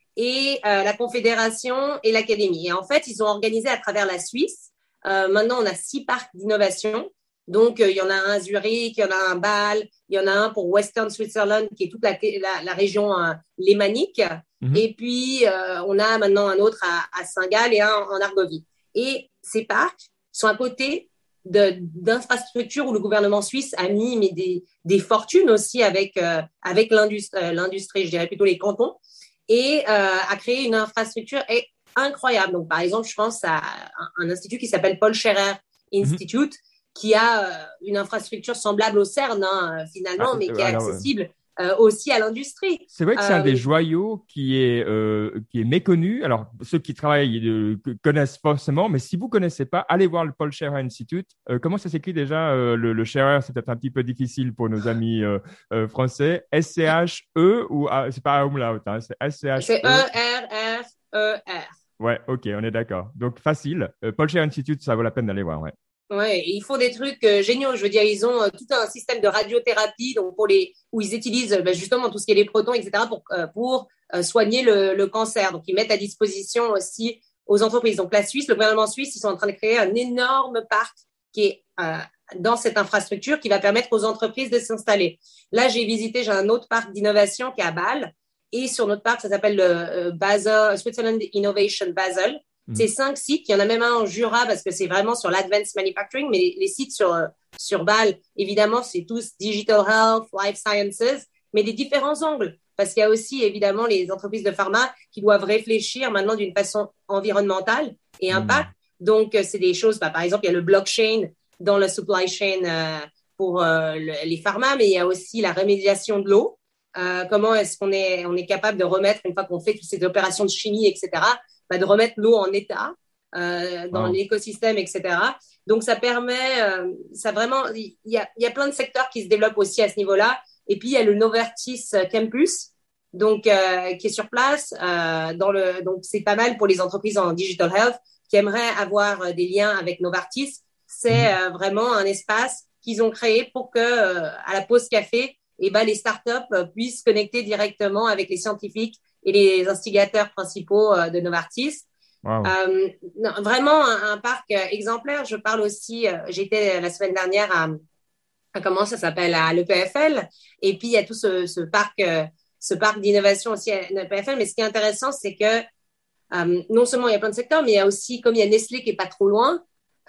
et la confédération et l'académie. Et en fait, ils ont organisé à travers la Suisse. Maintenant, on a 6 parcs d'innovation. Donc, il y en a un à Zurich, il y en a un à Bâle, il y en a un pour Western Switzerland, qui est toute la région lémanique. Et puis, on a maintenant un autre à Saint-Gall et un en Argovie. Et ces parcs sont à côté d'infrastructures où le gouvernement suisse a mis des fortunes aussi avec l'industrie, je dirais plutôt les cantons, et a créé une infrastructure incroyable. Donc, par exemple, je pense à un institut qui s'appelle Paul Scherrer Institute, qui a une infrastructure semblable au CERN, finalement, mais qui est accessible aussi à l'industrie.
C'est vrai que c'est un des joyaux qui est méconnu. Alors, ceux qui travaillent connaissent forcément, mais si vous ne connaissez pas, allez voir le Paul Scherrer Institute. Comment ça s'écrit déjà? Le Scherrer, c'est peut-être un petit peu difficile pour nos amis français. S-C-H-E ou c'est pas umlaut, c'est S-C-H-E.
C'est E-R-R-E-R.
Ouais, ok, on est d'accord. Donc, facile. Paul Scherrer Institute, ça vaut la peine d'aller voir, ouais.
Ouais, ils font des trucs géniaux. Je veux dire, ils ont tout un système de radiothérapie, donc où ils utilisent justement tout ce qui est les protons, etc. pour soigner le cancer. Donc, ils mettent à disposition aussi aux entreprises. Donc, la Suisse, le gouvernement suisse, ils sont en train de créer un énorme parc qui est dans cette infrastructure qui va permettre aux entreprises de s'installer. Là, j'ai un autre parc d'innovation qui est à Bâle, et sur notre parc, ça s'appelle le Switzerland Innovation Basel. Ces 5 sites, il y en a même un en Jura parce que c'est vraiment sur l'advanced manufacturing, mais les sites sur Bâle, évidemment, c'est tous digital health, life sciences, mais des différents angles. Parce qu'il y a aussi, évidemment, les entreprises de pharma qui doivent réfléchir maintenant d'une façon environnementale et impact. Donc, c'est des choses, par exemple, il y a le blockchain dans la supply chain pour les pharma, mais il y a aussi la remédiation de l'eau. Comment est-ce qu'on est capable de remettre, une fois qu'on fait toutes ces opérations de chimie, etc., de remettre l'eau en état dans l'écosystème, etc. Donc, ça permet, ça vraiment, il y a plein de secteurs qui se développent aussi à ce niveau-là. Et puis, il y a le Novartis Campus, donc, qui est sur place. Donc, c'est pas mal pour les entreprises en digital health qui aimeraient avoir des liens avec Novartis. C'est vraiment un espace qu'ils ont créé pour que, à la pause café, les startups puissent connecter directement avec les scientifiques et les instigateurs principaux de Novartis.
Wow.
Vraiment un parc exemplaire. Je parle aussi, j'étais la semaine dernière à comment ça s'appelle, à l'EPFL, et puis il y a tout ce parc d'innovation aussi à l'EPFL. Mais ce qui est intéressant, c'est que non seulement il y a plein de secteurs, mais il y a aussi, comme il y a Nestlé qui est pas trop loin,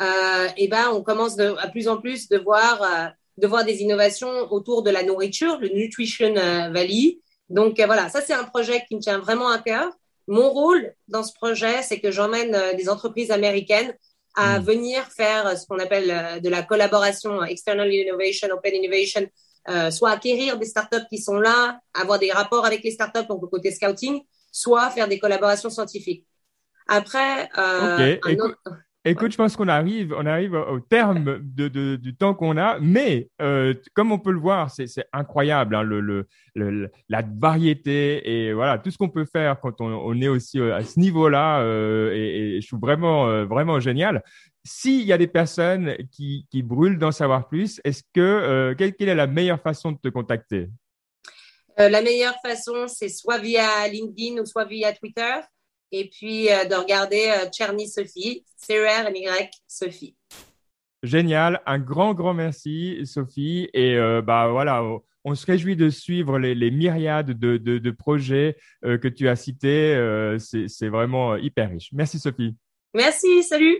on commence à plus en plus de voir des innovations autour de la nourriture, le Nutrition Valley. Donc voilà, ça c'est un projet qui me tient vraiment à cœur. Mon rôle dans ce projet, c'est que j'emmène des entreprises américaines à venir faire ce qu'on appelle de la collaboration external innovation, open innovation, soit acquérir des startups qui sont là, avoir des rapports avec les startups, donc le côté scouting, soit faire des collaborations scientifiques. Après,
Écoute, je pense qu'on arrive au terme du temps qu'on a, mais comme on peut le voir, c'est incroyable, hein, la variété et voilà tout ce qu'on peut faire quand on est aussi à ce niveau-là, et je trouve vraiment génial. S'il y a des personnes qui brûlent d'en savoir plus, quelle est la meilleure façon de te contacter?
La meilleure façon, c'est soit via LinkedIn ou soit via Twitter. Et puis de regarder Cherny Sophie, C-E-R-N-Y Sophie.
Génial, un grand merci Sophie. Et voilà, on se réjouit de suivre les myriades de projets que tu as cités. C'est vraiment hyper riche. Merci Sophie.
Merci, salut.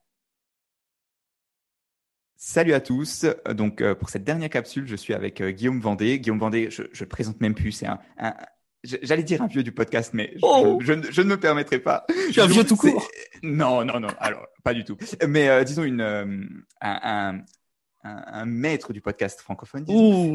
Salut à tous. Donc pour cette dernière capsule, je suis avec Guillaume Vendée. Guillaume Vendée, je le présente même plus, c'est j'allais dire un vieux du podcast, mais je ne me permettrai pas.
Tu es un vieux tout court.
Non. Alors, pas du tout. Mais disons un maître du podcast francophone.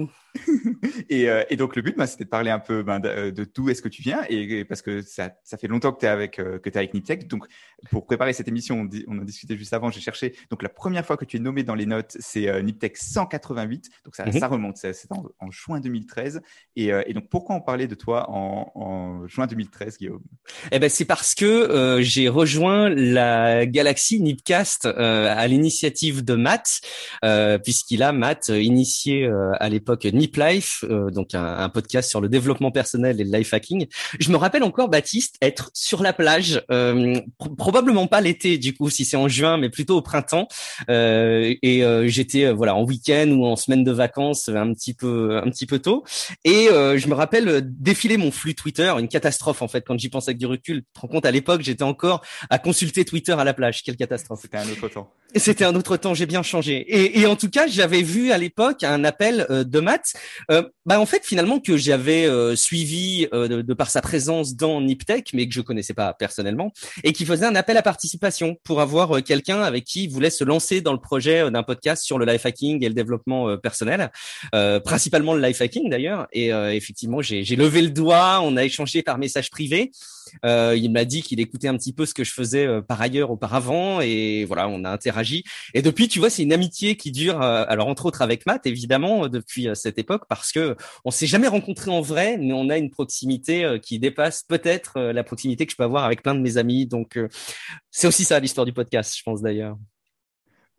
Et donc le but, c'était de parler un peu de d'où est-ce que tu viens, et parce que ça fait longtemps que tu es avec Niptech. Donc pour préparer cette émission, on en discutait juste avant, j'ai cherché. Donc la première fois que tu es nommé dans les notes, c'est Niptech 188. Donc ça remonte, c'est en juin 2013. Et donc pourquoi on parlait de toi en juin 2013, Guillaume?
C'est parce que j'ai rejoint la galaxie Nipcast à l'initiative de Matt, Matt initié à l'époque Nip Life, donc un podcast sur le développement personnel et le life hacking. Je me rappelle encore, Baptiste, être sur la plage, probablement pas l'été du coup si c'est en juin, mais plutôt au printemps, j'étais en week-end ou en semaine de vacances un petit peu tôt, et je me rappelle défiler mon flux Twitter, une catastrophe en fait quand j'y pense avec du recul. Tu te rends compte, à l'époque j'étais encore à consulter Twitter à la plage, quelle catastrophe. C'était un autre temps, j'ai bien changé. Et en tout cas, j'avais vu à l'époque un appel de Matt, en fait finalement que j'avais suivi de par sa présence dans Niptech, mais que je connaissais pas personnellement, et qui faisait un appel à participation pour avoir quelqu'un avec qui il voulait se lancer dans le projet d'un podcast sur le life hacking et le développement personnel, principalement le life hacking d'ailleurs. Et effectivement, j'ai levé le doigt, on a échangé par message privé. Il m'a dit qu'il écoutait un petit peu ce que je faisais par ailleurs auparavant, et voilà, on a interagi. Et depuis, tu vois, c'est une amitié qui dure, alors entre autres avec Matt, évidemment, depuis cette époque, parce que on s'est jamais rencontrés en vrai, mais on a une proximité qui dépasse peut-être la proximité que je peux avoir avec plein de mes amis. Donc, c'est aussi ça l'histoire du podcast, je pense d'ailleurs.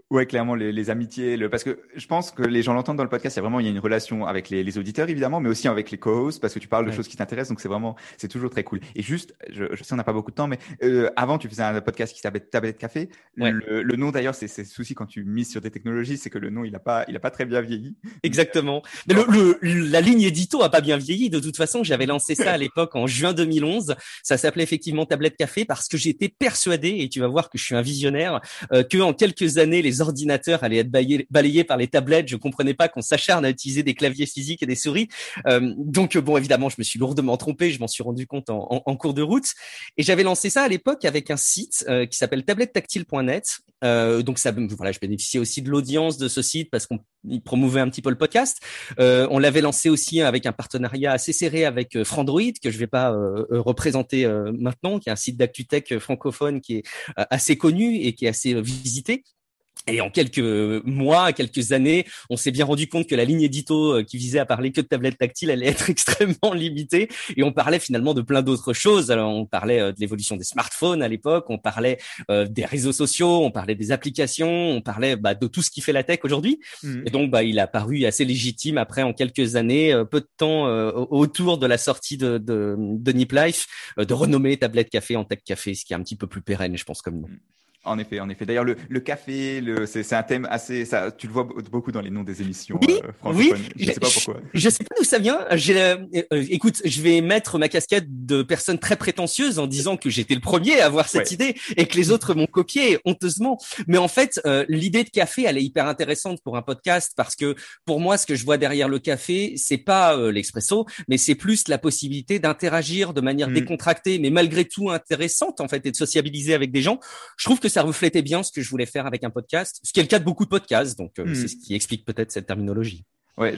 Ouais, clairement, les amitiés, parce que je pense que les gens l'entendent dans le podcast, il y a une relation avec les auditeurs, évidemment, mais aussi avec les co-hosts, parce que tu parles de choses qui t'intéressent, donc c'est toujours très cool. Et juste, je sais, on n'a pas beaucoup de temps, mais avant, tu faisais un podcast qui s'appelait Tablette Café.
Ouais.
Le nom, d'ailleurs, c'est le souci quand tu mises sur des technologies, c'est que le nom, il a pas très bien vieilli.
Exactement. Mais la ligne édito a pas bien vieilli. De toute façon, j'avais lancé ça à l'époque en juin 2011. Ça s'appelait effectivement Tablette Café parce que j'étais persuadé, et tu vas voir que je suis un visionnaire, que en quelques années, les ordinateurs allaient être balayés par les tablettes. Je comprenais pas qu'on s'acharne à utiliser des claviers physiques et des souris. Donc bon, évidemment, je me suis lourdement trompé. Je m'en suis rendu compte en cours de route. Et j'avais lancé ça à l'époque avec un site qui s'appelle tablettetactile.net. Donc ça, voilà, je bénéficiais aussi de l'audience de ce site parce qu'on promouvait un petit peu le podcast. On l'avait lancé aussi avec un partenariat assez serré avec Frandroid, que je vais pas représenter maintenant, qui est un site d'actu-tech francophone qui est assez connu et qui est assez visité. Et en quelques mois, quelques années, on s'est bien rendu compte que la ligne édito qui visait à parler que de tablettes tactiles allait être extrêmement limitée. Et on parlait finalement de plein d'autres choses. Alors, on parlait de l'évolution des smartphones à l'époque, on parlait des réseaux sociaux, on parlait des applications, on parlait de tout ce qui fait la tech aujourd'hui. Et donc, il a paru assez légitime après, en quelques années, peu de temps autour de la sortie de Nip Life, de renommer Tablette Café en Tech Café, ce qui est un petit peu plus pérenne, je pense, comme nom.
En effet. D'ailleurs, le café, c'est un thème assez, ça, tu le vois beaucoup dans les noms des émissions francophones.
Oui,
je sais pas pourquoi.
Je sais pas d'où ça vient. Écoute, je vais mettre ma casquette de personne très prétentieuse en disant que j'étais le premier à avoir cette idée et que les autres m'ont copié honteusement. Mais en fait, l'idée de café, elle est hyper intéressante pour un podcast parce que pour moi, ce que je vois derrière le café, c'est pas l'expresso, mais c'est plus la possibilité d'interagir de manière décontractée, mais malgré tout intéressante en fait, et de sociabiliser avec des gens. Je trouve que ça reflétait bien ce que je voulais faire avec un podcast, ce qui est le cas de beaucoup de podcasts, donc c'est ce qui explique peut-être cette terminologie.
Ouais,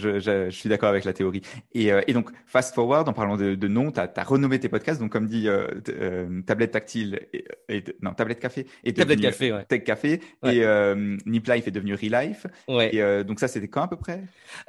je suis d'accord avec la théorie. Et donc, fast forward, en parlant de nom, t'as renommé tes podcasts. Donc, comme dit, Tablette Tactile Tablette Café est
Tablette
devenu
Café, ouais.
Tech Café.
Ouais.
Et Nip Life est devenu Relife.
Ouais.
Et donc, ça, c'était quand à peu près?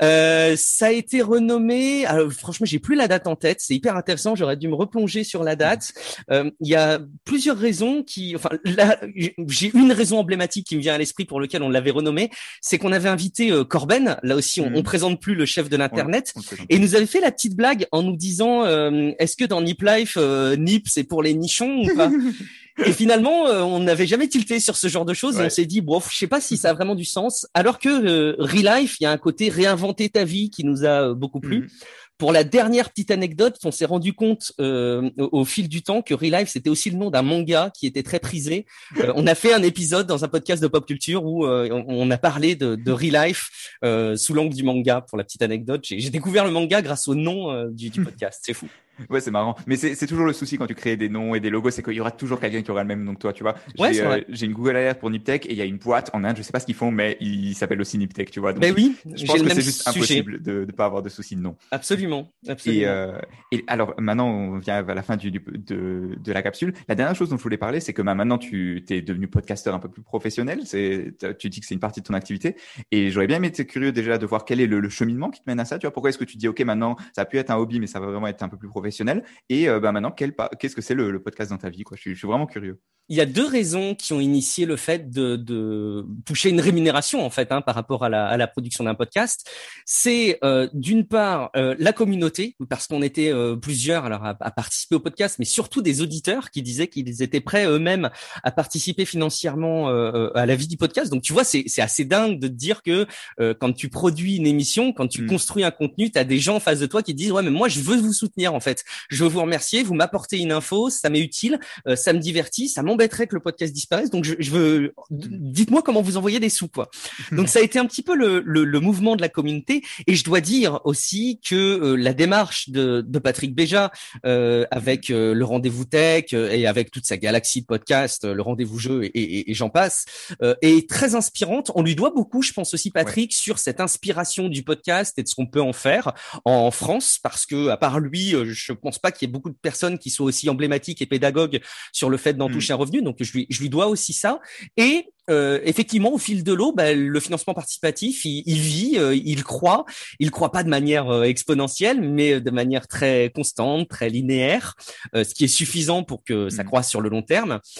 Ça a été renommé. Alors, franchement, j'ai plus la date en tête. C'est hyper intéressant. J'aurais dû me replonger sur la date. Il y a plusieurs raisons là, j'ai une raison emblématique qui me vient à l'esprit pour lequel on l'avait renommé. C'est qu'on avait invité Corben, là aussi. On présente plus le chef de l'internet, et il nous avait fait la petite blague en nous disant est-ce que dans Nip Life, Nip c'est pour les nichons ou pas? Et finalement, on n'avait jamais tilté sur ce genre de choses, et on s'est dit je sais pas si ça a vraiment du sens. Alors que Relife, il y a un côté réinventer ta vie qui nous a beaucoup plu. Pour la dernière petite anecdote, on s'est rendu compte au fil du temps que Relife, c'était aussi le nom d'un manga qui était très prisé. On a fait un épisode dans un podcast de pop culture où on a parlé de Relife sous l'angle du manga. Pour la petite anecdote, j'ai découvert le manga grâce au nom du podcast. C'est fou.
Ouais, c'est marrant. Mais c'est toujours le souci quand tu crées des noms et des logos, c'est qu'il y aura toujours quelqu'un qui aura le même nom que toi, tu vois. J'ai une Google Alert pour Niptech et il y a une boîte en Inde, je sais pas ce qu'ils font, mais il s'appelle aussi Niptech, tu vois. Donc,
oui,
je pense que c'est juste impossible de pas avoir de souci de nom.
Absolument.
Et alors, maintenant, on vient à la fin de la capsule. La dernière chose dont je voulais parler, c'est que maintenant, tu t'es devenu podcasteur un peu plus professionnel. Tu dis que c'est une partie de ton activité. Et j'aurais bien été curieux déjà de voir quel est le cheminement qui te mène à ça. Tu vois, pourquoi est-ce que tu dis, OK, maintenant, ça a pu être un hobby, mais ça va vraiment être un peu plus professionnel. Et maintenant, qu'est-ce que c'est le podcast dans ta vie, quoi? Je suis vraiment curieux.
Il y a deux raisons qui ont initié le fait de toucher une rémunération en fait par rapport à la production d'un podcast. C'est d'une part la communauté, parce qu'on était plusieurs alors à participer au podcast, mais surtout des auditeurs qui disaient qu'ils étaient prêts eux-mêmes à participer financièrement à la vie du podcast. Donc tu vois, c'est assez dingue de te dire que quand tu produis une émission, quand tu construis un contenu, tu as des gens en face de toi qui te disent ouais mais moi je veux vous soutenir en fait. Je veux vous remercier, vous m'apportez une info, ça m'est utile, ça me divertit, ça m'embêterait que le podcast disparaisse, donc je veux, dites-moi comment vous envoyez des sous, quoi. Donc ça a été un petit peu le mouvement de la communauté, et je dois dire aussi que la démarche de Patrick Béja avec le Rendez-vous Tech et avec toute sa galaxie de podcasts, le Rendez-vous Jeu et j'en passe, est très inspirante. On lui doit beaucoup, je pense aussi Patrick, sur cette inspiration du podcast et de ce qu'on peut en faire en France, parce que à part lui, je pense pas qu'il y ait beaucoup de personnes qui soient aussi emblématiques et pédagogues sur le fait d'en toucher un revenu. Donc je lui dois aussi ça. Et effectivement, au fil de l'eau, le financement participatif, il vit, il croît pas de manière exponentielle, mais de manière très constante, très linéaire, ce qui est suffisant pour que ça croisse sur le long terme.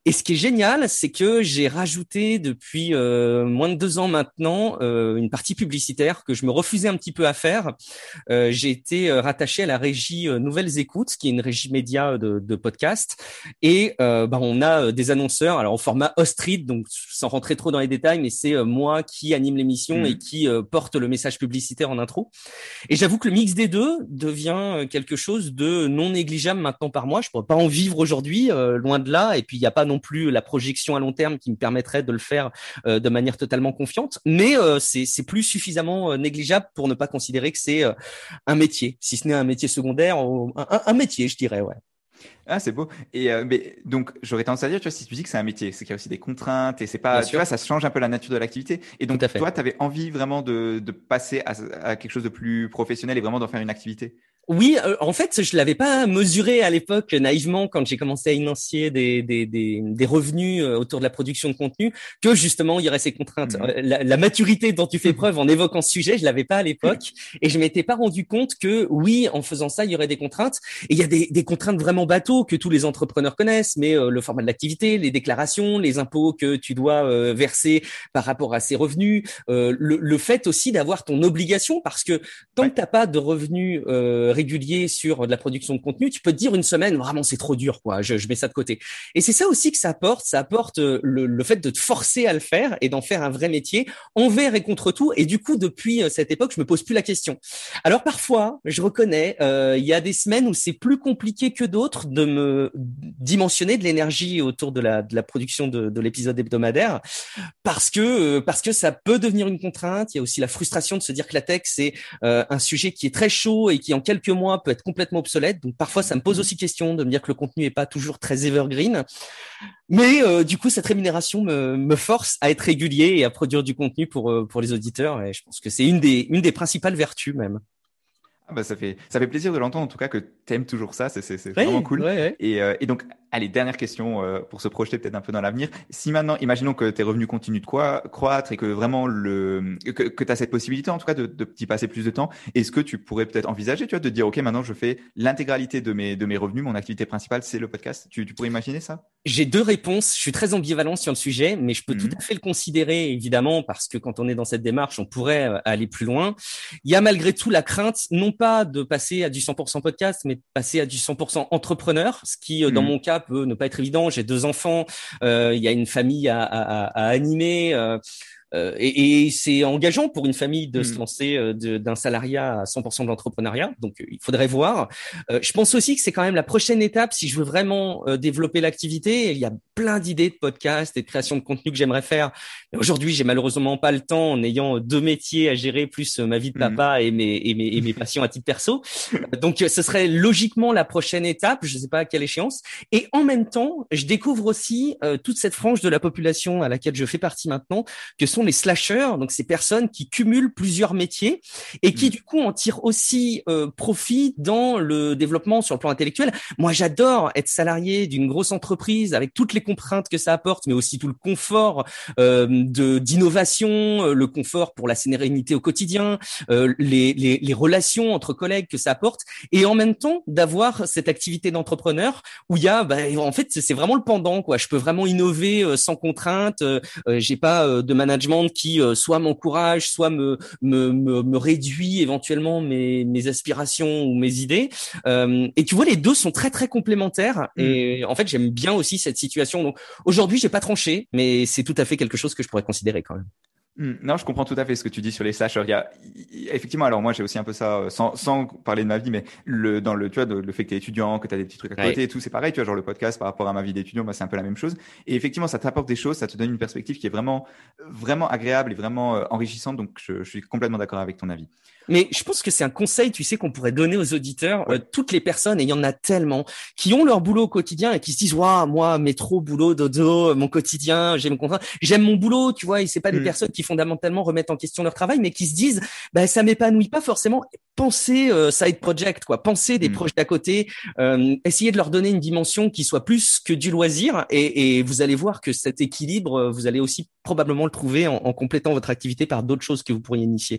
Et ce qui est génial, c'est que j'ai rajouté depuis moins de 2 ans maintenant une partie publicitaire que je me refusais un petit peu à faire. J'ai été rattaché à la régie Nouvelles Écoutes, qui est une régie média de podcast. Et on a des annonceurs, alors au format Ostread, donc sans rentrer trop dans les détails, mais c'est moi qui anime l'émission et qui porte le message publicitaire en intro. Et j'avoue que le mix des deux devient quelque chose de non négligeable maintenant par mois. Je pourrais pas en vivre aujourd'hui, loin de là. Et puis il n'y a pas non plus la projection à long terme qui me permettrait de le faire de manière totalement confiante. Mais c'est plus suffisamment négligeable pour ne pas considérer que c'est un métier, si ce n'est un métier secondaire, un métier, je dirais, ouais.
Ah, c'est beau. Et mais donc j'aurais tendance à dire, tu vois, si tu dis que c'est un métier, c'est qu'il y a aussi des contraintes et c'est pas, tu vois, ça change un peu la nature de l'activité. Et donc toi, tu avais envie vraiment de passer à quelque chose de plus professionnel et vraiment d'en faire une activité.
Oui, en fait, je l'avais pas mesuré à l'époque naïvement quand j'ai commencé à énoncer des revenus autour de la production de contenu, que justement il y aurait ces contraintes. La maturité dont tu fais preuve en évoquant ce sujet, je l'avais pas à l'époque et je m'étais pas rendu compte que oui, en faisant ça, il y aurait des contraintes. Et il y a des contraintes vraiment bateaux que tous les entrepreneurs connaissent, mais le format de l'activité, les déclarations, les impôts que tu dois verser par rapport à ces revenus, le fait aussi d'avoir ton obligation, parce que tant que t'as pas de revenus régulier sur de la production de contenu, tu peux te dire une semaine, vraiment c'est trop dur, quoi. Je mets ça de côté. Et c'est ça aussi que ça apporte le fait de te forcer à le faire et d'en faire un vrai métier envers et contre tout. Et du coup, depuis cette époque, je me pose plus la question. Alors parfois, je reconnais, il y a des semaines où c'est plus compliqué que d'autres de me dimensionner de l'énergie autour de la production de l'épisode hebdomadaire, parce que ça peut devenir une contrainte. Il y a aussi la frustration de se dire que la tech c'est un sujet qui est très chaud et qui en quelques mois peut être complètement obsolète. Donc parfois ça me pose aussi question de me dire que le contenu est pas toujours très evergreen. Mais du coup cette rémunération me force à être régulier et à produire du contenu pour les auditeurs. Et je pense que c'est une des principales vertus même.
Ah bah ça fait plaisir de l'entendre en tout cas que t'aimes toujours ça, c'est vraiment cool.
Ouais.
Et donc allez, dernière question pour se projeter peut-être un peu dans l'avenir. Si maintenant, imaginons que tes revenus continuent de croître et que vraiment que tu as cette possibilité en tout cas de t'y passer plus de temps, est-ce que tu pourrais peut-être envisager, tu vois, de dire OK, maintenant je fais l'intégralité de mes revenus, mon activité principale c'est le podcast. Tu pourrais imaginer ça?
J'ai 2 réponses. Je suis très ambivalent sur le sujet, mais je peux tout à fait le considérer, évidemment, parce que quand on est dans cette démarche, on pourrait aller plus loin. Il y a malgré tout la crainte, non pas de passer à du 100% podcast, mais de passer à du 100% entrepreneur, ce qui, dans mon cas, peut ne pas être évident. J'ai 2 enfants, il y a une famille à animer. Et c'est engageant pour une famille de se lancer d'un salariat à 100% de l'entrepreneuriat. Donc, il faudrait voir. Je pense aussi que c'est quand même la prochaine étape si je veux vraiment développer l'activité. Il y a plein d'idées de podcasts et de création de contenu que j'aimerais faire. Mais aujourd'hui, j'ai malheureusement pas le temps en ayant 2 métiers à gérer, plus ma vie de papa et mes passions à titre perso. Donc, ce serait logiquement la prochaine étape. Je sais pas à quelle échéance. Et en même temps, je découvre aussi toute cette frange de la population à laquelle je fais partie maintenant, que sont les slashers, donc ces personnes qui cumulent plusieurs métiers et qui du coup en tirent aussi profit dans le développement sur le plan intellectuel. Moi, j'adore être salarié d'une grosse entreprise avec toutes les contraintes que ça apporte, mais aussi tout le confort d'innovation, le confort pour la sérénité au quotidien, les relations entre collègues que ça apporte, et en même temps d'avoir cette activité d'entrepreneur où il y a, en fait, c'est vraiment le pendant, quoi. Je peux vraiment innover sans contrainte. J'ai pas de management qui soit m'encourage, soit me réduit éventuellement mes aspirations ou mes idées. Et tu vois, les deux sont très très complémentaires. Et en fait, j'aime bien aussi cette situation. Donc aujourd'hui, j'ai pas tranché, mais c'est tout à fait quelque chose que je pourrais considérer quand même.
Non, je comprends tout à fait ce que tu dis sur les slashers. Effectivement, alors moi j'ai aussi un peu ça, sans parler de ma vie, mais tu vois, le fait que t'es étudiant, que t'as des petits trucs à côté et tout, c'est pareil, tu vois, genre le podcast par rapport à ma vie d'étudiant, c'est un peu la même chose. Et effectivement, ça t'apporte des choses, ça te donne une perspective qui est vraiment, vraiment agréable et vraiment enrichissante. Donc, je suis complètement d'accord avec ton avis.
Mais je pense que c'est un conseil, tu sais, qu'on pourrait donner aux auditeurs. Toutes les personnes, et il y en a tellement, qui ont leur boulot au quotidien et qui se disent, waouh, moi, métro, boulot, dodo, mon quotidien, j'aime mon boulot, tu vois. Et c'est pas des personnes qui fondamentalement remettent en question leur travail, mais qui se disent, ça m'épanouit pas forcément. Pensez side project, quoi. Pensez des projets à côté. Essayez de leur donner une dimension qui soit plus que du loisir, et vous allez voir que cet équilibre, vous allez aussi probablement le trouver en complétant votre activité par d'autres choses que vous pourriez initier.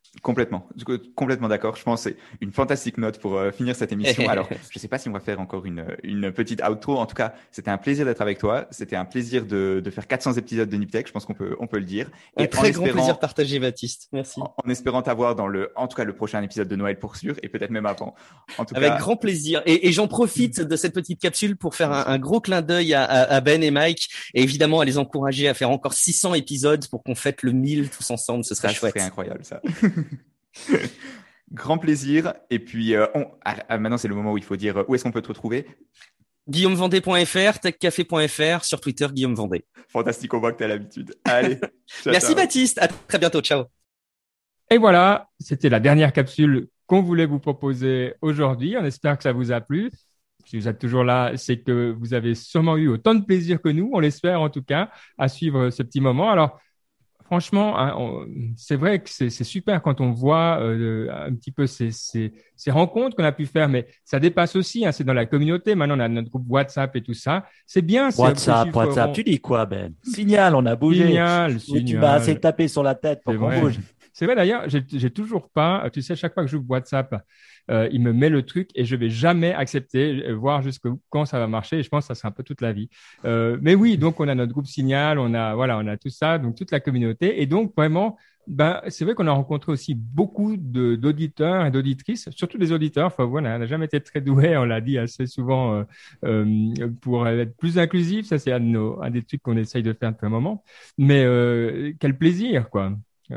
Complètement d'accord. Je pense que c'est une fantastique note pour finir cette émission. Alors, je ne sais pas si on va faire encore une petite outro. En tout cas, c'était un plaisir d'être avec toi. C'était un plaisir de faire 400 épisodes de Niptech. Je pense qu'on peut le dire.
Un très grand plaisir partagé, Baptiste. Merci.
En espérant t'avoir en tout cas, le prochain épisode de Noël pour sûr, et peut-être même avant.
Avec grand plaisir. Et j'en profite de cette petite capsule pour faire un gros clin d'œil à Ben et Mike, et évidemment à les encourager à faire encore 600 épisodes pour qu'on fête le 1000 tous ensemble. Ce serait chouette.
Ce serait incroyable, ça. Grand plaisir. Et puis, maintenant, c'est le moment où il faut dire où est-ce qu'on peut te retrouver.
GuillaumeVendée.fr, techcafé.fr, sur Twitter, Guillaume Vendée.
Fantastique, on voit que tu as l'habitude. Allez.
Merci Baptiste. À très bientôt. Ciao.
Et voilà, c'était la dernière capsule qu'on voulait vous proposer aujourd'hui. On espère que ça vous a plu. Si vous êtes toujours là, c'est que vous avez sûrement eu autant de plaisir que nous, on l'espère en tout cas, à suivre ce petit moment. Alors, franchement, hein, c'est vrai que c'est super quand on voit un petit peu ces rencontres qu'on a pu faire, mais ça dépasse aussi. Hein, c'est dans la communauté. Maintenant, on a notre groupe WhatsApp et tout ça. C'est bien.
WhatsApp. Tu dis quoi, Ben? Signal, on a bougé.
Signal.
Tu m'as assez tapé sur la tête pour qu'on bouge.
C'est vrai d'ailleurs, j'ai toujours pas. Tu sais, chaque fois que j'ouvre WhatsApp, il me met le truc et je vais jamais accepter, voir jusqu'où quand ça va marcher. Et je pense que ça sera un peu toute la vie. Mais oui, donc on a notre groupe Signal, on a tout ça, donc toute la communauté. Et donc vraiment, c'est vrai qu'on a rencontré aussi beaucoup d'auditeurs et d'auditrices, surtout des auditeurs. Enfin voilà, on n'a jamais été très doués, on l'a dit assez souvent pour être plus inclusif. Ça c'est un des trucs qu'on essaye de faire depuis un moment. Mais quel plaisir, quoi.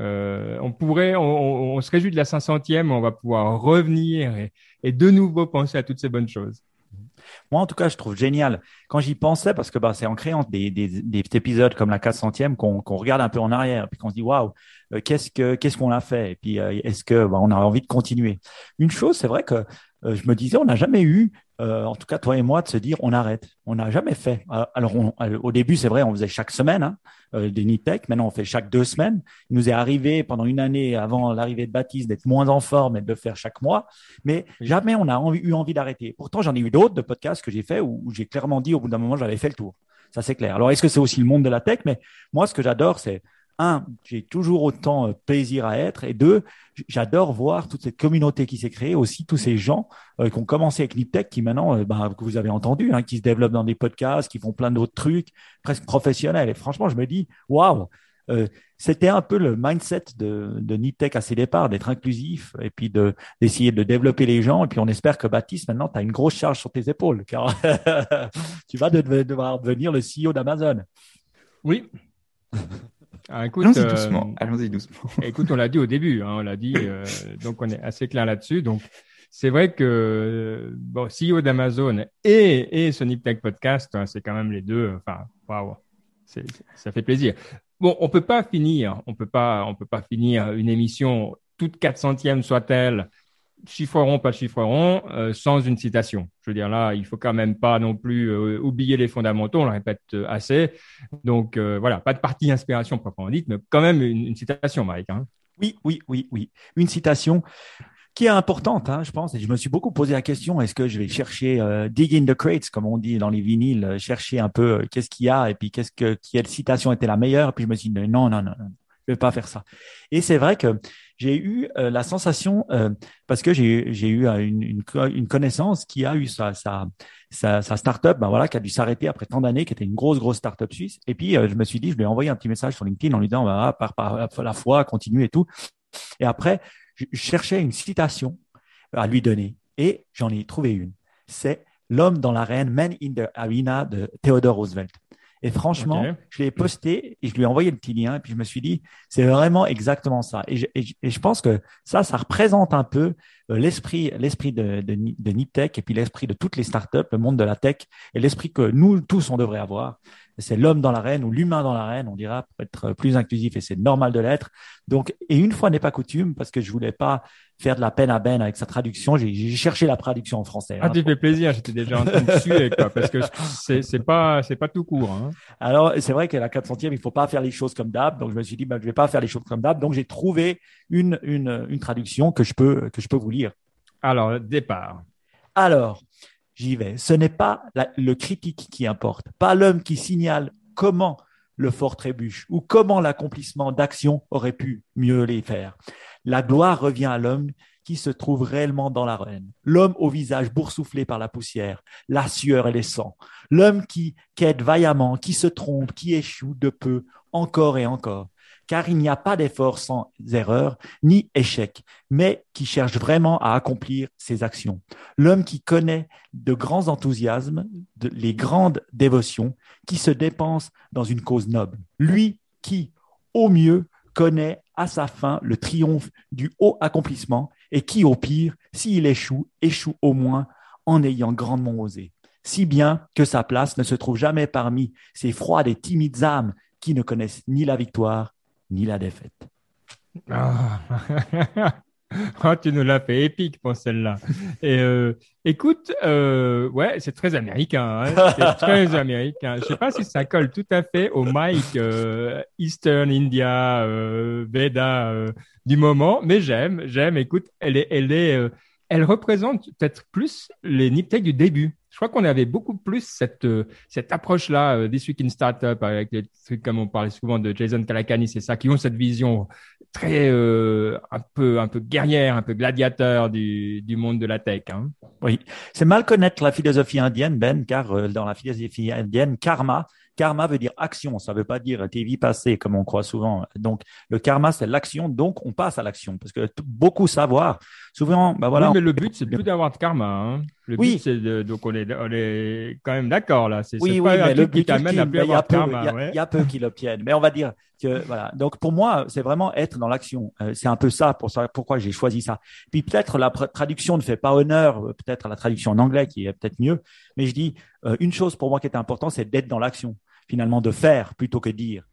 On se réjouit de la 500e, on va pouvoir revenir et de nouveau penser à toutes ces bonnes choses.
Moi, en tout cas, je trouve génial quand j'y pensais, parce que c'est en créant des épisodes comme la 400e qu'on regarde un peu en arrière, puis qu'on se dit waouh, qu'est-ce qu'on a fait, et puis est-ce que on a envie de continuer. Une chose, c'est vrai que je me disais, on n'a jamais eu, en tout cas toi et moi, de se dire on arrête. On n'a jamais fait. Alors au début, c'est vrai, on faisait chaque semaine des Niptech. Maintenant, on fait chaque 2 semaines. Il nous est arrivé pendant une année avant l'arrivée de Baptiste d'être moins en forme et de le faire chaque mois, mais jamais on a eu envie d'arrêter. Pourtant, j'en ai eu d'autres de podcasts que j'ai fait où j'ai clairement dit au bout d'un moment, j'avais fait le tour. Ça, c'est clair. Alors, est-ce que c'est aussi le monde de la tech? Mais moi, ce que j'adore, c'est j'ai toujours autant plaisir à être, et 2, j'adore voir toute cette communauté qui s'est créée, aussi tous ces gens qui ont commencé avec Niptech, qui maintenant, que vous avez entendu, qui se développent dans des podcasts, qui font plein d'autres trucs, presque professionnels. Et franchement, je me dis, waouh, c'était un peu le mindset de Niptech à ses départs, d'être inclusif et puis d'essayer de développer les gens. Et puis on espère que Baptiste, maintenant, tu as une grosse charge sur tes épaules, car tu vas devoir devenir le CEO d'Amazon.
Oui. Ah, écoute,
allons-y doucement.
Écoute, on l'a dit au début, on l'a dit, donc on est assez clair là-dessus. Donc, c'est vrai que CEO d'Amazon et ce Niptech Podcast, c'est quand même les deux. Enfin, waouh, ça fait plaisir. Bon, on peut pas finir une émission toute 400e soit-elle, chiffreron, pas chiffreron, sans une citation. Je veux dire, là, il faut quand même pas non plus oublier les fondamentaux, on le répète assez. Donc, voilà, pas de partie inspiration proprement dite, mais quand même une citation, Mike. Hein.
Oui. Une citation qui est importante, je pense. Et je me suis beaucoup posé la question, est-ce que je vais chercher, dig in the crates, comme on dit dans les vinyles, chercher un peu qu'est-ce qu'il y a et puis quelle citation était la meilleure. Et puis je me suis dit, non, je vais pas faire ça. Et c'est vrai que j'ai eu la sensation, parce que j'ai eu une connaissance qui a eu sa start-up, qui a dû s'arrêter après tant d'années, qui était une grosse start-up suisse. Et puis, je me suis dit, je lui ai envoyé un petit message sur LinkedIn en lui disant, par la foi, continue et tout. Et après, je cherchais une citation à lui donner. Et j'en ai trouvé une. C'est L'homme dans l'arène, Man in the Arena de Theodore Roosevelt. Et franchement, je l'ai posté et je lui ai envoyé le petit lien. Et puis, je me suis dit, c'est vraiment exactement ça. Et je pense que ça représente un peu l'esprit de Niptech et puis l'esprit de toutes les startups, le monde de la tech et l'esprit que nous tous, on devrait avoir. C'est l'homme dans l'arène ou l'humain dans l'arène, on dira, pour être plus inclusif, et c'est normal de l'être. Donc, et une fois n'est pas coutume, parce que je voulais pas faire de la peine à Ben avec sa traduction, j'ai cherché la traduction en français.
Ah, tu fais plaisir, j'étais déjà en train de suer, quoi, parce que c'est pas tout court. Hein.
Alors, c'est vrai qu'à la 400e, il faut pas faire les choses comme d'hab, donc je me suis dit, je vais pas faire les choses comme d'hab, donc j'ai trouvé une traduction que je peux vous lire.
Alors, départ.
Alors, j'y vais. Ce n'est pas le critique qui importe, pas l'homme qui signale comment le fort trébuche ou comment l'accomplissement d'actions aurait pu mieux les faire. La gloire revient à l'homme qui se trouve réellement dans l'arène. L'homme au visage boursouflé par la poussière, la sueur et les sangs. L'homme qui quête vaillamment, qui se trompe, qui échoue de peu, encore et encore. Car il n'y a pas d'effort sans erreur, ni échec, mais qui cherche vraiment à accomplir ses actions. L'homme qui connaît de grands enthousiasmes, les grandes dévotions, qui se dépense dans une cause noble. Lui qui, au mieux, connaît à sa fin le triomphe du haut accomplissement et qui, au pire, s'il échoue, échoue au moins en ayant grandement osé. Si bien que sa place ne se trouve jamais parmi ces froides et timides âmes qui ne connaissent ni la victoire ni la défaite.
Ah. Oh, tu nous l'as fait épique pour celle-là. Et écoute, ouais, c'est très américain, hein. C'est très américain. Je sais pas si ça colle tout à fait au Mike Eastern India Veda du moment, mais j'aime. Écoute, elle représente peut-être plus les nip tech du début. Je crois qu'on avait beaucoup plus cette approche-là, This Week in Startup, avec les trucs comme on parlait souvent de Jason Calacanis, c'est ça, qui ont cette vision très un peu guerrière, un peu gladiateur du monde de la tech, hein.
Oui, c'est mal connaître la philosophie indienne, Ben, car dans la philosophie indienne, karma veut dire action, ça veut pas dire tes vies passées, comme on croit souvent. Donc, le karma, c'est l'action, donc on passe à l'action, parce que beaucoup savoir, souvent, bah voilà.
Oui, mais le but, c'est plus d'avoir de karma, hein. Le
Oui.
but, c'est donc on est quand même d'accord là. C'est
Oui,
pas un
mais le
truc qui
but
t'amène à plus
ultime, il y a
avoir de
peu,
karma, ouais.
il y a peu qui l'obtiennent. Mais on va dire que voilà. Donc pour moi, c'est vraiment être dans l'action. C'est un peu ça pourquoi j'ai choisi ça. Puis peut-être la traduction ne fait pas honneur, peut-être à la traduction en anglais qui est peut-être mieux. Mais je dis une chose pour moi qui est importante, c'est d'être dans l'action. Finalement, de faire plutôt que dire,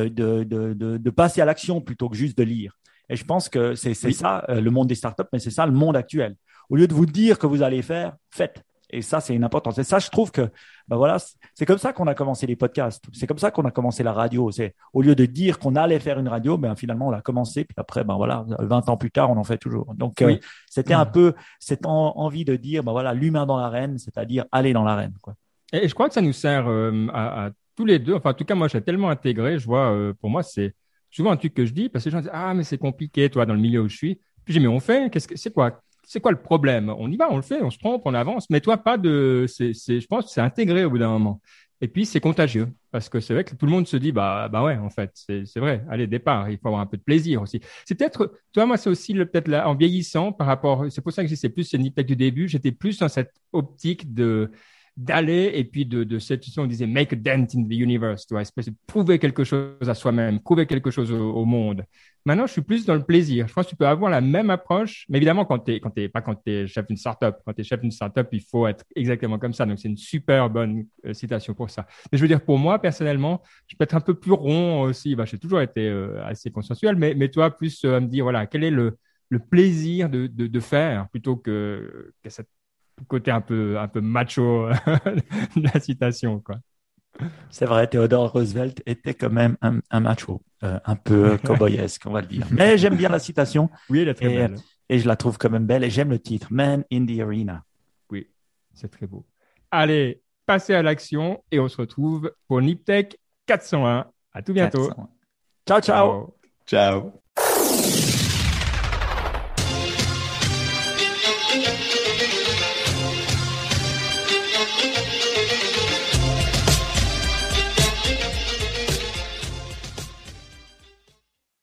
de passer à l'action plutôt que juste de lire. Et je pense que c'est ça le monde des startups, mais c'est ça le monde actuel. Au lieu de vous dire que vous allez faire, faites. Et ça, c'est une importance. Et ça, je trouve que, ben voilà, c'est comme ça qu'on a commencé les podcasts. C'est comme ça qu'on a commencé la radio. C'est au lieu de dire qu'on allait faire une radio, ben finalement, on l'a commencé. Puis après, ben voilà, 20 ans plus tard, on en fait toujours. Donc,
oui.
C'était un peu cette envie de dire, ben voilà, l'humain dans l'arène, c'est-à-dire aller dans l'arène, quoi.
Et je crois que ça nous sert à tous les deux. Enfin, en tout cas, moi, j'ai tellement intégré. Je vois, pour moi, c'est souvent un truc que je dis parce que les gens disent, ah, mais c'est compliqué, toi, dans le milieu où je suis. Puis j'ai dit, mais on fait, c'est quoi le problème? On y va, on le fait, on se trompe, on avance. Mais toi, je pense que c'est intégré au bout d'un moment. Et puis, c'est contagieux parce que c'est vrai que tout le monde se dit, bah ouais, en fait, c'est vrai. Allez, départ, il faut avoir un peu de plaisir aussi. C'est peut-être, toi, moi, c'est aussi peut-être là, en vieillissant par rapport, c'est pour ça que c'est plus c'est nip tech du début. J'étais plus dans cette optique d'aller et puis de cette on disait make a dent in the universe, tu vois, espèce de prouver quelque chose à soi-même, prouver quelque chose au monde. Maintenant, je suis plus dans le plaisir. Je pense que tu peux avoir la même approche, mais évidemment, quand t'es chef d'une startup. Quand t'es chef d'une startup, il faut être exactement comme ça. Donc, c'est une super bonne citation pour ça. Mais je veux dire, pour moi, personnellement, je peux être un peu plus rond aussi. Bah, j'ai toujours été assez consensuel, mais toi, plus à me dire, voilà, quel est le plaisir de faire plutôt que cette côté un peu macho de la citation, quoi.
C'est vrai, Theodore Roosevelt était quand même un macho, un peu cowboyesque, on va le dire. Mais j'aime bien la citation.
Oui, elle est très belle.
Et je la trouve quand même belle et j'aime le titre, Man in the Arena.
Oui, c'est très beau. Allez, passez à l'action et on se retrouve pour Nip Tech 401. À tout bientôt.
401. Ciao, ciao.
Ciao.